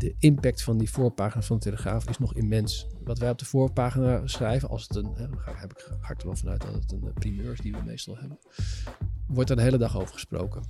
de impact van die voorpagina van de Telegraaf is nog immens. Wat wij op de voorpagina schrijven, als het ga ik er wel vanuit dat het een primeur is die we meestal hebben, wordt er de hele dag over gesproken.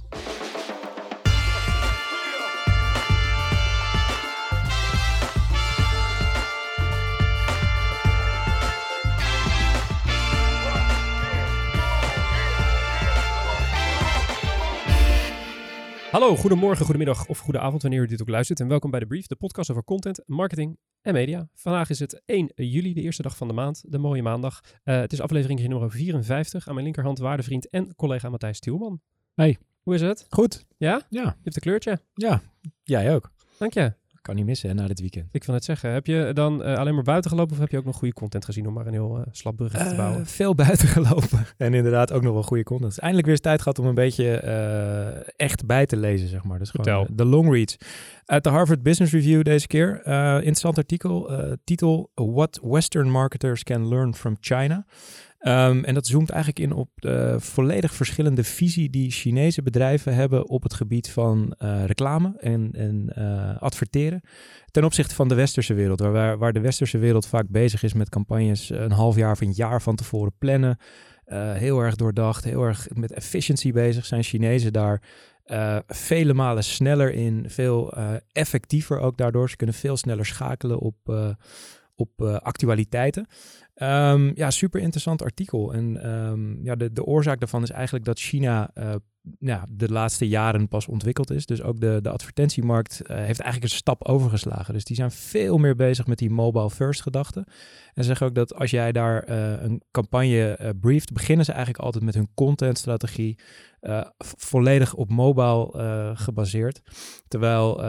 Hallo, goedemorgen, goedemiddag of goede avond wanneer u dit ook luistert. En welkom bij The Brief, de podcast over content, marketing en media. Vandaag is het 1 juli, de eerste dag van de maand, de mooie maandag. Het is aflevering nummer 54. Aan mijn linkerhand waardevriend en collega Matthijs Tielman. Hey. Hoe is het? Goed. Ja? Ja. Je hebt een kleurtje. Ja, jij ook. Dank je. Kan niet missen hè, na dit weekend. Ik wil net zeggen, heb je dan alleen maar buiten gelopen of heb je ook nog goede content gezien om maar een heel slap bruggetje te bouwen? Veel buiten gelopen en inderdaad ook nog wel goede content. Eindelijk weer eens tijd gehad om een beetje echt bij te lezen, zeg maar. Dus gewoon de long reads. Uit de Harvard Business Review deze keer. Interessant artikel. Titel What Western Marketers Can Learn from China. En dat zoomt eigenlijk in op de volledig verschillende visie die Chinese bedrijven hebben op het gebied van reclame en adverteren. Ten opzichte van de westerse wereld, waar de westerse wereld vaak bezig is met campagnes een half jaar of een jaar van tevoren plannen. Heel erg doordacht, heel erg met efficiency bezig. Zijn Chinezen daar vele malen sneller in, veel effectiever ook daardoor. Ze kunnen veel sneller schakelen op actualiteiten. Super interessant artikel. En de oorzaak daarvan is eigenlijk dat China de laatste jaren pas ontwikkeld is. Dus ook de advertentiemarkt heeft eigenlijk een stap overgeslagen. Dus die zijn veel meer bezig met die mobile first gedachte. En zeggen ook dat als jij daar een campagne brieft, beginnen ze eigenlijk altijd met hun contentstrategie volledig op mobile gebaseerd. Terwijl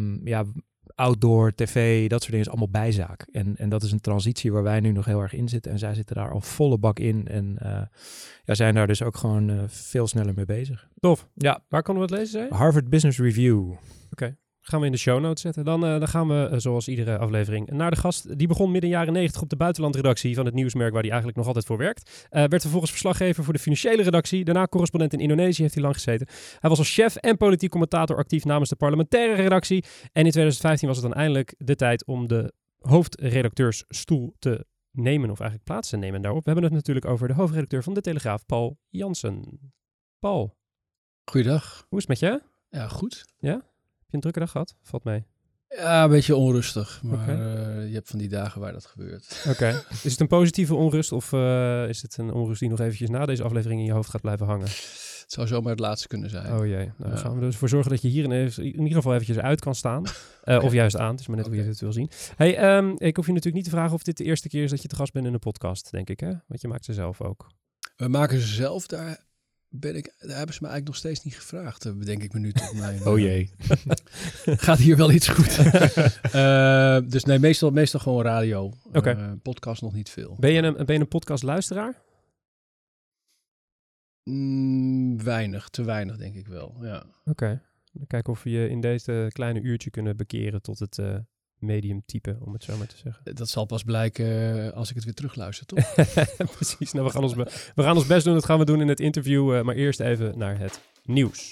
outdoor, tv, dat soort dingen is allemaal bijzaak. En dat is een transitie waar wij nu nog heel erg in zitten. En zij zitten daar al volle bak in. En zijn daar dus ook gewoon veel sneller mee bezig. Tof. Ja. Waar konden we het lezen, zei je? Harvard Business Review. Oké. Gaan we in de show notes zetten. Dan gaan we, zoals iedere aflevering, naar de gast. Die begon midden jaren 90 op de buitenlandredactie van het nieuwsmerk waar hij eigenlijk nog altijd voor werkt. Werd vervolgens verslaggever voor de financiële redactie. Daarna correspondent in Indonesië heeft hij lang gezeten. Hij was als chef en politiek commentator actief namens de parlementaire redactie. En in 2015 was het dan eindelijk de tijd om de hoofdredacteursstoel te nemen, of eigenlijk plaats te nemen daarop. We hebben het natuurlijk over de hoofdredacteur van De Telegraaf, Paul Jansen. Paul. Goeiedag. Hoe is het met je? Ja, goed. Ja? Heb je een drukke dag gehad? Valt mee. Ja, een beetje onrustig. Maar Okay. Je hebt van die dagen waar dat gebeurt. Oké. Is het een positieve onrust of is het een onrust die nog eventjes na deze aflevering in je hoofd gaat blijven hangen? Het zou zomaar het laatste kunnen zijn. Oh jee. Nou, dan gaan we dus voor zorgen dat je hier in ieder geval eventjes uit kan staan. Of juist aan. Het is maar net hoe je het wil zien. Hey, ik hoef je natuurlijk niet te vragen of dit de eerste keer is dat je te gast bent in een podcast, denk ik, hè? Want je maakt ze zelf ook. We maken ze zelf, daar hebben ze me eigenlijk nog steeds niet gevraagd, bedenk ik me nu tot mijn... Oh jee. Gaat hier wel iets goed? Dus nee, meestal gewoon radio. Oké. Podcast nog niet veel. Ben je een podcastluisteraar? Te weinig denk ik wel, ja. Oké. Dan kijken of we je in deze kleine uurtje kunnen bekeren tot het medium type, om het zo maar te zeggen. Dat zal pas blijken als ik het weer terugluister, toch? Precies. Nou, we gaan ons best doen. Dat gaan we doen in het interview. Maar eerst even naar het nieuws.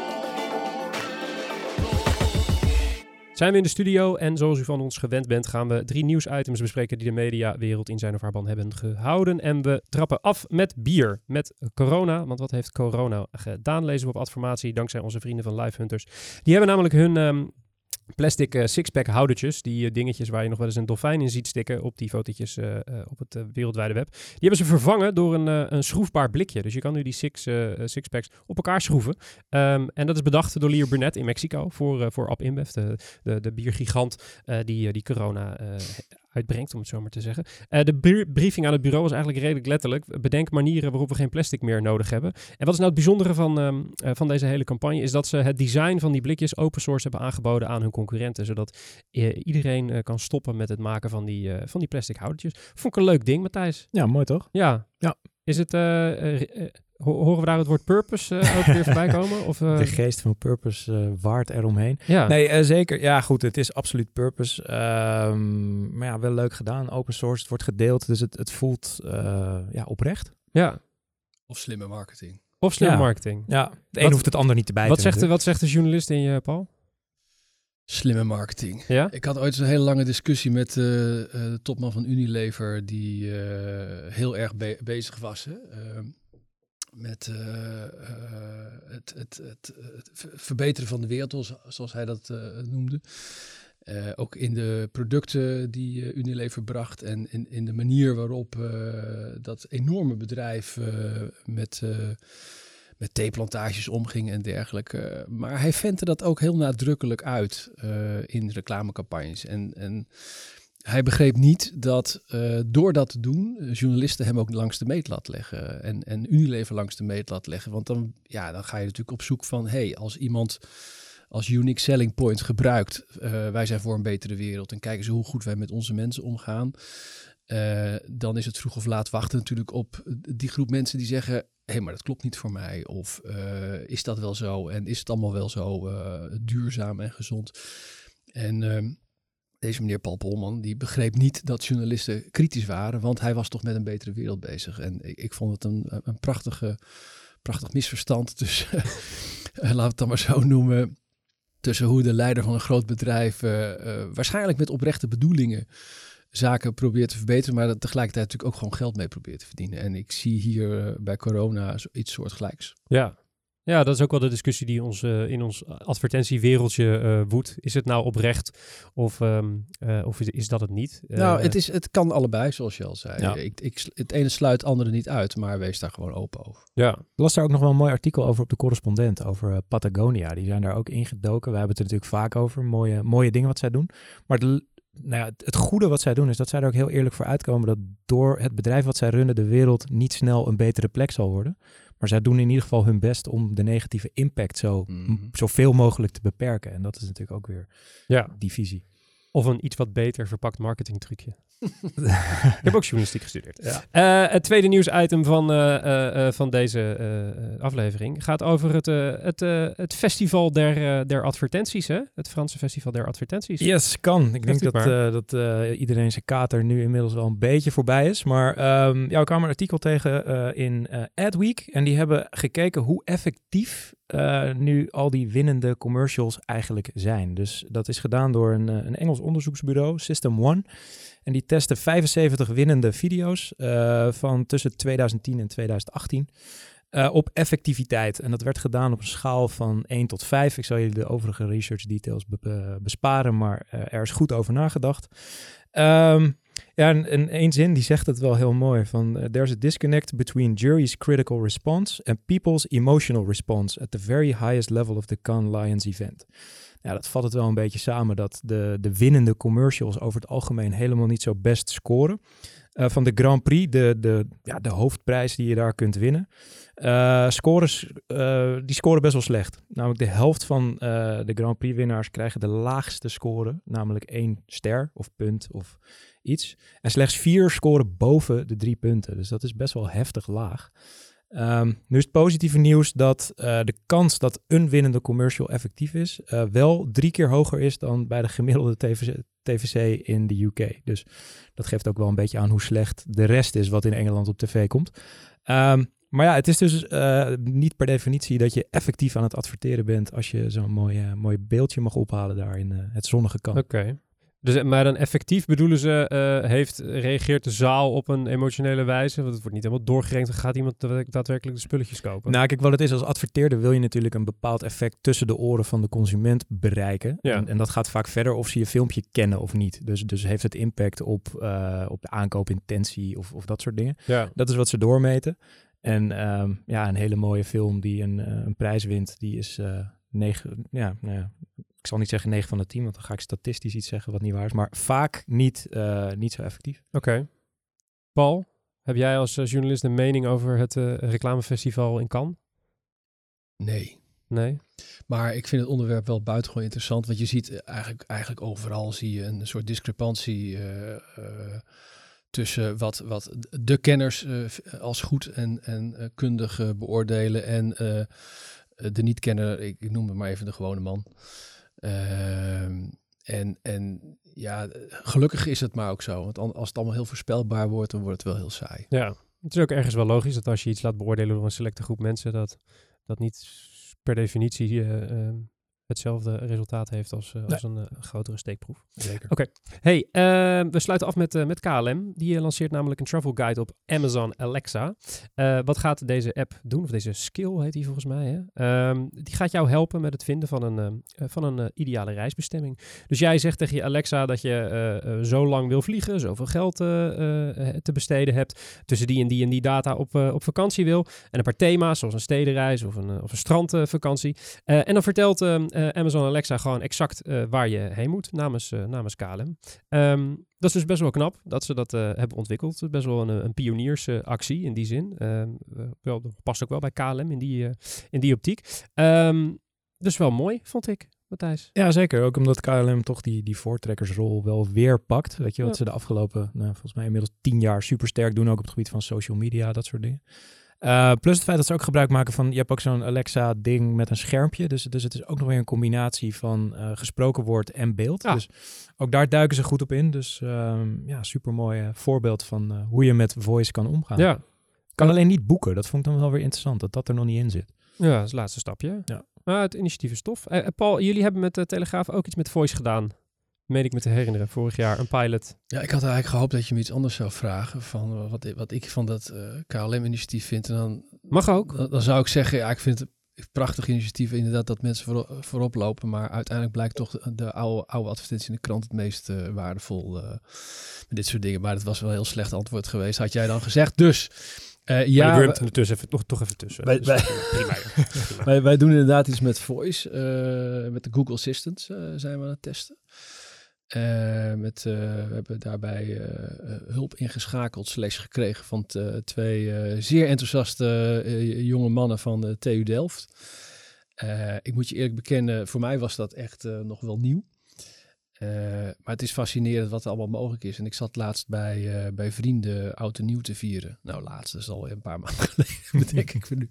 Zijn we in de studio en zoals u van ons gewend bent, gaan we 3 nieuwsitems bespreken die de mediawereld in zijn of haar ban hebben gehouden. En we trappen af met bier, met corona. Want wat heeft corona gedaan, lezen we op Adformatie, dankzij onze vrienden van Live Hunters. Die hebben namelijk hun plastic sixpack houdertjes, die dingetjes waar je nog wel eens een dolfijn in ziet stikken op die fotootjes op het wereldwijde web. Die hebben ze vervangen door een schroefbaar blikje. Dus je kan nu die sixpacks op elkaar schroeven. En dat is bedacht door Lear Burnett in Mexico voor Ab InBev, de biergigant die corona uitbrengt, om het zo maar te zeggen. De briefing aan het bureau was eigenlijk redelijk letterlijk. Bedenk manieren waarop we geen plastic meer nodig hebben. En wat is nou het bijzondere van deze hele campagne? Is dat ze het design van die blikjes open source hebben aangeboden aan hun concurrenten. Zodat iedereen kan stoppen met het maken van die plastic houdertjes. Vond ik een leuk ding, Matthijs. Ja, mooi toch? Ja. Is het... horen we daar het woord purpose ook weer voorbij komen? Of, De geest van purpose waart eromheen. Ja. Nee, zeker. Ja, goed, het is absoluut purpose. Maar ja, wel leuk gedaan. Open source, het wordt gedeeld, dus het voelt oprecht. Ja. Of slimme marketing. Of slimme marketing. Ja, de een hoeft het ander niet te bijten. Wat zegt de journalist in je, Paul? Slimme marketing. Ja? Ik had ooit een hele lange discussie met de topman van Unilever, die heel erg bezig was. Hè? Met het verbeteren van de wereld, zoals hij dat noemde. Ook in de producten die Unilever bracht en in de manier waarop dat enorme bedrijf met theeplantages omging en dergelijke. Maar hij ventte dat ook heel nadrukkelijk uit in reclamecampagnes. En hij begreep niet dat door dat te doen, journalisten hem ook langs de meetlat leggen. En Unilever langs de meetlat leggen. Want dan ga je natuurlijk op zoek van, als iemand als unique selling point gebruikt, wij zijn voor een betere wereld en kijken ze hoe goed wij met onze mensen omgaan. Dan is het vroeg of laat wachten natuurlijk op die groep mensen die zeggen, maar dat klopt niet voor mij. Of is dat wel zo? En is het allemaal wel zo duurzaam en gezond? En deze meneer Paul Polman, die begreep niet dat journalisten kritisch waren, want hij was toch met een betere wereld bezig. En ik vond het een prachtig misverstand tussen, laten we het dan maar zo noemen, tussen hoe de leider van een groot bedrijf waarschijnlijk met oprechte bedoelingen zaken probeert te verbeteren, maar dat tegelijkertijd natuurlijk ook gewoon geld mee probeert te verdienen. En ik zie hier bij corona iets soortgelijks. Ja, dat is ook wel de discussie die in ons advertentiewereldje woedt. Is het nou oprecht of is dat het niet? Het kan allebei, zoals je al zei. Ja. Het ene sluit het andere niet uit, maar wees daar gewoon open over. Ja. Ik las daar ook nog wel een mooi artikel over op de Correspondent, over Patagonia. Die zijn daar ook ingedoken. We hebben het er natuurlijk vaak over, mooie dingen wat zij doen. Maar het goede wat zij doen is dat zij er ook heel eerlijk voor uitkomen dat door het bedrijf wat zij runnen de wereld niet snel een betere plek zal worden. Maar zij doen in ieder geval hun best om de negatieve impact zoveel mogelijk te beperken. En dat is natuurlijk ook weer die visie. Of een iets wat beter verpakt marketingtrucje. Ik heb ook journalistiek gestudeerd. Ja. Het tweede nieuwsitem van deze aflevering gaat over het festival der advertenties. Hè? Het Franse festival der advertenties. Yes, kan. Ik denk dat iedereen zijn kater nu inmiddels wel een beetje voorbij is. Maar ik kwam een artikel tegen in Adweek. En die hebben gekeken hoe effectief nu al die winnende commercials eigenlijk zijn. Dus dat is gedaan door een Engels onderzoeksbureau, System One. En die testen 75 winnende video's van tussen 2010 en 2018 op effectiviteit. En dat werd gedaan op een schaal van 1 tot 5. Ik zal jullie de overige research details besparen, maar er is goed over nagedacht. En één zin die zegt het wel heel mooi. Van there's a disconnect between jury's critical response and people's emotional response at the very highest level of the Cannes Lions event. Ja, dat vat het wel een beetje samen dat de winnende commercials over het algemeen helemaal niet zo best scoren. Van de Grand Prix, de hoofdprijs die je daar kunt winnen, die scoren best wel slecht. Namelijk de helft van de Grand Prix winnaars krijgen de laagste score, namelijk 1 ster of punt of iets. En slechts 4 scoren boven de 3 punten. Dus dat is best wel heftig laag. Nu is het positieve nieuws dat de kans dat een winnende commercial effectief is wel 3 keer hoger is dan bij de gemiddelde TVC in de UK. Dus dat geeft ook wel een beetje aan hoe slecht de rest is wat in Engeland op tv komt. Maar ja, het is dus niet per definitie dat je effectief aan het adverteren bent als je zo'n mooi beeldje mag ophalen daar in het zonnige Cannes. Oké. Dus, maar dan effectief bedoelen ze, reageert de zaal op een emotionele wijze? Want het wordt niet helemaal doorgerengd. Gaat iemand daadwerkelijk de spulletjes kopen? Nou, kijk, wat het is als adverteerder wil je natuurlijk een bepaald effect tussen de oren van de consument bereiken. Ja. En dat gaat vaak verder of ze je filmpje kennen of niet. Dus heeft het impact op de aankoopintentie of dat soort dingen. Ja. Dat is wat ze doormeten. En een hele mooie film die een prijs wint, die is 9... Ik zal niet zeggen 9 van de 10, want dan ga ik statistisch iets zeggen wat niet waar is. Maar vaak niet zo effectief. Oké. Paul, heb jij als journalist een mening over het reclamefestival in Cannes? Nee. Maar ik vind het onderwerp wel buitengewoon interessant. Want je ziet eigenlijk overal zie je een soort discrepantie tussen wat de kenners als goed en kundig beoordelen en de niet-kenner, ik noem het maar even de gewone man. Gelukkig is het maar ook zo. Want als het allemaal heel voorspelbaar wordt, dan wordt het wel heel saai. Ja, het is ook ergens wel logisch dat als je iets laat beoordelen door een selecte groep mensen, dat niet per definitie hetzelfde resultaat heeft als een grotere steekproef. Zeker. Oké. Hey, we sluiten af met KLM. Die lanceert namelijk een travel guide op Amazon Alexa. Wat gaat deze app doen? Of deze skill heet die volgens mij. Hè? Die gaat jou helpen met het vinden van een ideale reisbestemming. Dus jij zegt tegen je Alexa dat je zo lang wil vliegen, zoveel geld te besteden hebt, tussen die en die data op vakantie wil. En een paar thema's, zoals een stedenreis of een strandvakantie. En dan vertelt Amazon Alexa gewoon exact waar je heen moet namens KLM. Dat is dus best wel knap dat ze dat hebben ontwikkeld. Best wel een pioniersactie in die zin. Dat past ook wel bij KLM in die optiek. Dus wel mooi, vond ik, Matthijs. Ja, zeker. Ook omdat KLM toch die voortrekkersrol wel weer pakt. Weet je, wat ze de afgelopen, volgens mij inmiddels 10 jaar supersterk doen. Ook op het gebied van social media, dat soort dingen. Plus het feit dat ze ook gebruik maken van, je hebt ook zo'n Alexa-ding met een schermpje. Dus het is ook nog weer een combinatie van gesproken woord en beeld. Ja. Dus ook daar duiken ze goed op in. Dus super mooi voorbeeld van hoe je met voice kan omgaan. Ja. Kan alleen niet boeken. Dat vond ik dan wel weer interessant, dat er nog niet in zit. Ja, dat is het laatste stapje. Ja. Het initiatief is tof. Paul, jullie hebben met de Telegraaf ook iets met voice gedaan. Meen ik me te herinneren, vorig jaar, een pilot. Ja, ik had eigenlijk gehoopt dat je me iets anders zou vragen van wat ik van dat KLM-initiatief vind. En dan mag ook. Dan zou ik zeggen, ja, ik vind het een prachtig initiatief inderdaad dat mensen voorop lopen. Maar uiteindelijk blijkt toch de oude advertentie in de krant het meest waardevol met dit soort dingen. Maar dat was wel een heel slecht antwoord geweest, had jij dan gezegd. Dus... ja, we ondertussen toch even tussen. Wij doen inderdaad iets met voice. Met de Google Assistant zijn we aan het testen. We hebben daarbij hulp ingeschakeld / gekregen van 2 zeer enthousiaste jonge mannen van de TU Delft. Ik moet je eerlijk bekennen, voor mij was dat echt nog wel nieuw. Maar het is fascinerend wat er allemaal mogelijk is. En ik zat laatst bij vrienden oud en nieuw te vieren. Nou, laatst, dat is alweer een paar maanden geleden, bedenk ik voor nu.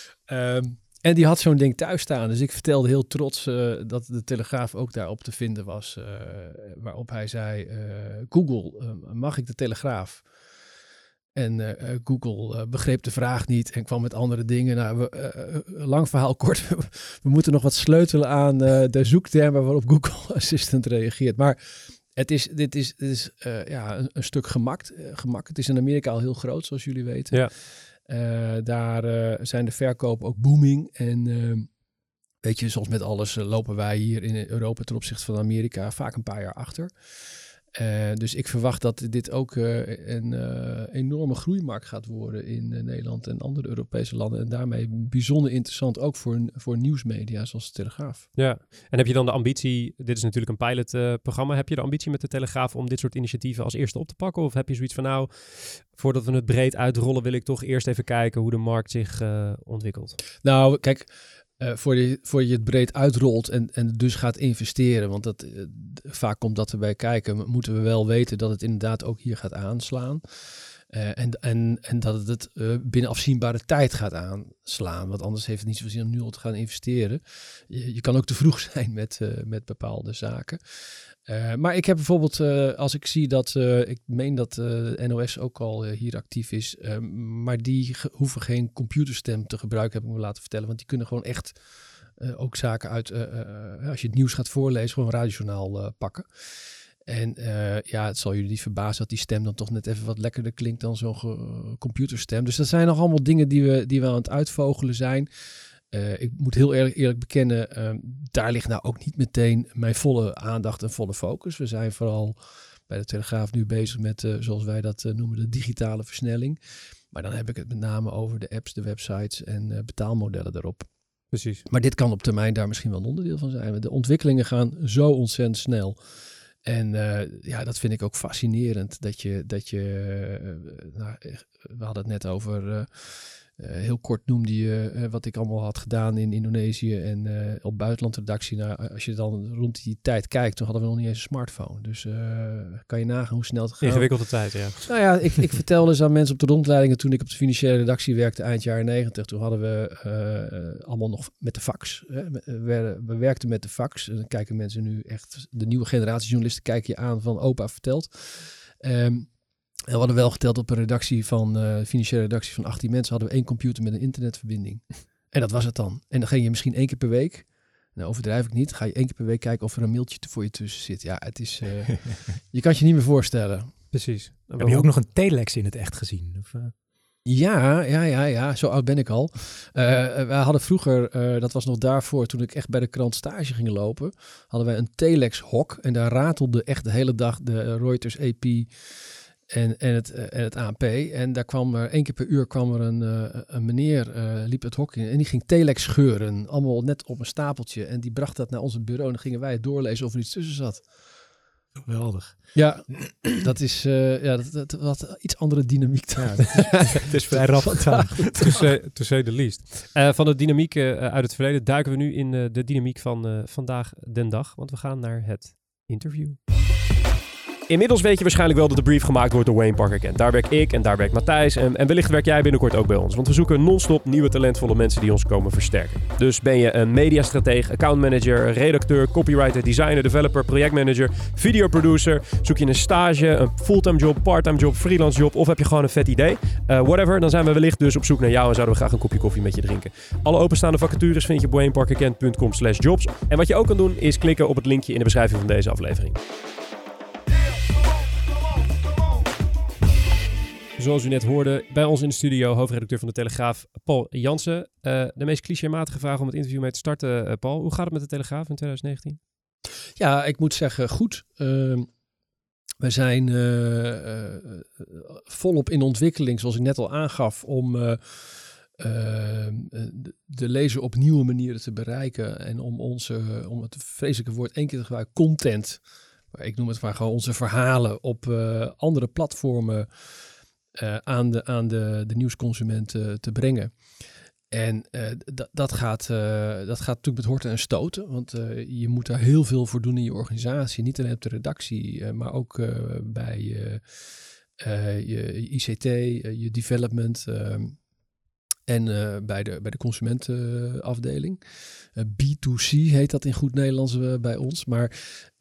En die had zo'n ding thuis staan. Dus ik vertelde heel trots dat de Telegraaf ook daarop te vinden was. Waarop hij zei, Google, mag ik de Telegraaf? En Google begreep de vraag niet en kwam met andere dingen. Nou, lang verhaal kort. We moeten nog wat sleutelen aan de zoektermen waarop Google Assistant reageert. Maar dit is een stuk gemak. Het is in Amerika al heel groot, zoals jullie weten. Ja. Daar zijn de verkopen ook booming. En weet je, zoals met alles lopen wij hier in Europa ten opzichte van Amerika vaak een paar jaar achter. Dus ik verwacht dat dit ook een enorme groeimarkt gaat worden in Nederland en andere Europese landen. En daarmee bijzonder interessant ook voor nieuwsmedia zoals de Telegraaf. Ja, en heb je dan de ambitie, dit is natuurlijk een pilotprogramma, heb je de ambitie met de Telegraaf om dit soort initiatieven als eerste op te pakken? Of heb je zoiets van, nou, voordat we het breed uitrollen wil ik toch eerst even kijken hoe de markt zich ontwikkelt? Nou, kijk... voor je het breed uitrolt en dus gaat investeren. Want vaak komt dat erbij kijken. Moeten we wel weten dat het inderdaad ook hier gaat aanslaan. En dat het binnen afzienbare tijd gaat aanslaan. Want anders heeft het niet zoveel zin om nu al te gaan investeren. Je kan ook te vroeg zijn met bepaalde zaken. Maar ik heb bijvoorbeeld, als ik zie dat, ik meen dat NOS ook al hier actief is, maar die hoeven geen computerstem te gebruiken, heb ik me laten vertellen. Want die kunnen gewoon echt ook zaken uit, als je het nieuws gaat voorlezen, gewoon een radiojournaal pakken. En het zal jullie niet verbazen dat die stem dan toch net even wat lekkerder klinkt dan zo'n computerstem. Dus dat zijn nog allemaal dingen die we aan het uitvogelen zijn. Ik moet heel eerlijk bekennen, daar ligt nou ook niet meteen mijn volle aandacht en volle focus. We zijn vooral bij de Telegraaf nu bezig met, zoals wij dat noemen, de digitale versnelling. Maar dan heb ik het met name over de apps, de websites en betaalmodellen daarop. Precies. Maar dit kan op termijn daar misschien wel een onderdeel van zijn. De ontwikkelingen gaan zo ontzettend snel. En dat vind ik ook fascinerend. We hadden het net over... heel kort noemde je wat ik allemaal had gedaan in Indonesië en op buitenlandredactie. Nou, als je dan rond die tijd kijkt, toen hadden we nog niet eens een smartphone. Dus kan je nagaan hoe snel het gaat. Ingewikkelde tijd, ja. Nou ja, ik vertelde eens aan mensen op de rondleidingen toen ik op de financiële redactie werkte eind jaren 90. Toen hadden we allemaal nog met de fax. Hè. We werkten met de fax. En dan kijken mensen nu echt, de nieuwe generatie journalisten kijken je aan van opa vertelt. En we hadden wel geteld op een redactie financiële redactie van 18 mensen, hadden we 1 computer met een internetverbinding. En dat was het dan. En dan ging je misschien 1 keer per week Nou, overdrijf ik niet. Ga je 1 keer per week kijken of er een mailtje voor je tussen zit. Ja, het is... je kan het je niet meer voorstellen. Precies. Heb je ook nog een telex in het echt gezien? Of, Ja. Zo oud ben ik al. Wij hadden vroeger, dat was nog daarvoor, toen ik echt bij de krant stage ging lopen, hadden wij een telex-hok. En daar ratelde echt de hele dag de Reuters AP en het ANP. En daar kwam er 1 keer per uur een meneer, liep het hok in en die ging telex scheuren. Allemaal net op een stapeltje. En die bracht dat naar ons bureau en dan gingen wij het doorlezen of er iets tussen zat. Geweldig. Ja, dat is dat wat iets andere dynamiek. Het is vrij rap gedaan. To say the least. Van de dynamiek uit het verleden duiken we nu in de dynamiek van vandaag den dag. Want we gaan naar het interview. Inmiddels weet je waarschijnlijk wel dat de brief gemaakt wordt door Wayne Parker Kent. Daar werk ik en daar werkt Matthijs en wellicht werk jij binnenkort ook bij ons. Want we zoeken non-stop nieuwe talentvolle mensen die ons komen versterken. Dus ben je een mediastrateeg, accountmanager, redacteur, copywriter, designer, developer, projectmanager, videoproducer. Zoek je een stage, een fulltime job, parttime job, freelance job of heb je gewoon een vet idee? Whatever, dan zijn we wellicht dus op zoek naar jou en zouden we graag een kopje koffie met je drinken. Alle openstaande vacatures vind je op wayneparkerkent.com/jobs. En wat je ook kan doen is klikken op het linkje in de beschrijving van deze aflevering. Zoals u net hoorde, bij ons in de studio hoofdredacteur van de Telegraaf, Paul Jansen. De meest clichématige vraag om het interview mee te starten, Paul. Hoe gaat het met de Telegraaf in 2019? Ja, ik moet zeggen goed. We zijn volop in ontwikkeling, zoals ik net al aangaf, om de lezer op nieuwe manieren te bereiken. En om het vreselijke woord 1 keer te gebruiken, content. Maar ik noem het maar gewoon onze verhalen op andere platformen aan de nieuwsconsument te brengen. En dat gaat natuurlijk met horten en stoten. Want je moet daar heel veel voor doen in je organisatie. Niet alleen op de redactie, maar ook bij je ICT, je development en bij de consumentenafdeling. B2C heet dat in goed Nederlands bij ons. Maar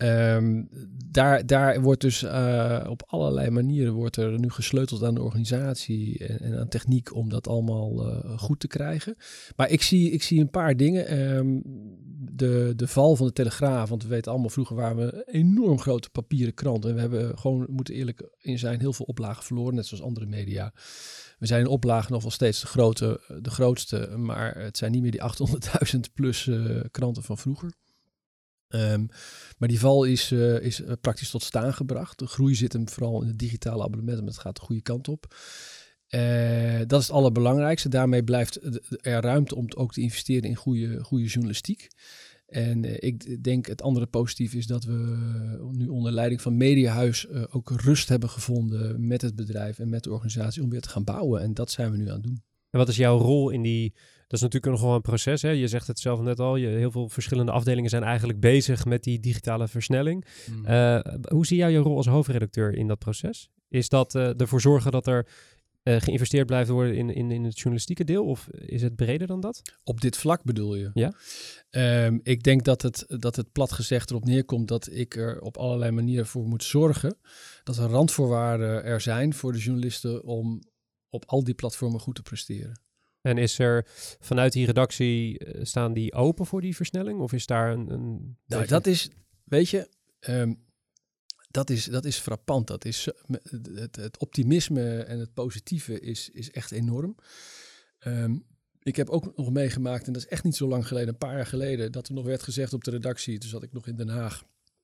daar wordt dus op allerlei manieren wordt er nu gesleuteld aan de organisatie en aan techniek om dat allemaal goed te krijgen. Maar ik zie een paar dingen. De val van de Telegraaf, want we weten allemaal, vroeger waren we een enorm grote papieren krant. En we hebben gewoon, moeten eerlijk in zijn, heel veel oplagen verloren, net zoals andere media. We zijn in oplagen nog wel steeds de grootste, maar het zijn niet meer die 800.000 plus kranten van vroeger. Maar die val is praktisch tot staan gebracht. De groei zit hem vooral in het digitale abonnement, maar het gaat de goede kant op. Dat is het allerbelangrijkste. Daarmee blijft er ruimte om ook te investeren in goede journalistiek. En ik denk het andere positief is dat we nu onder leiding van Mediahuis ook rust hebben gevonden met het bedrijf en met de organisatie om weer te gaan bouwen. En dat zijn we nu aan het doen. En wat is jouw rol in die... Dat is natuurlijk nog wel een proces. Hè? Je zegt het zelf net al. Heel veel verschillende afdelingen zijn eigenlijk bezig met die digitale versnelling. Hoe zie jij je rol als hoofdredacteur in dat proces? Is dat ervoor zorgen dat er geïnvesteerd blijft worden in het journalistieke deel? Of is het breder dan dat? Op dit vlak bedoel je? Ja. Ik denk dat het plat gezegd erop neerkomt dat ik er op allerlei manieren voor moet zorgen dat er randvoorwaarden er zijn voor de journalisten om op al die platformen goed te presteren. En is er vanuit die redactie, staan die open voor die versnelling? Of is daar een Nou, dat is, weet je, dat is frappant. Dat is, het optimisme en het positieve is echt enorm. Ik heb ook nog meegemaakt, en dat is echt niet zo lang geleden, een paar jaar geleden, dat er nog werd gezegd op de redactie, toen zat ik nog in Den Haag,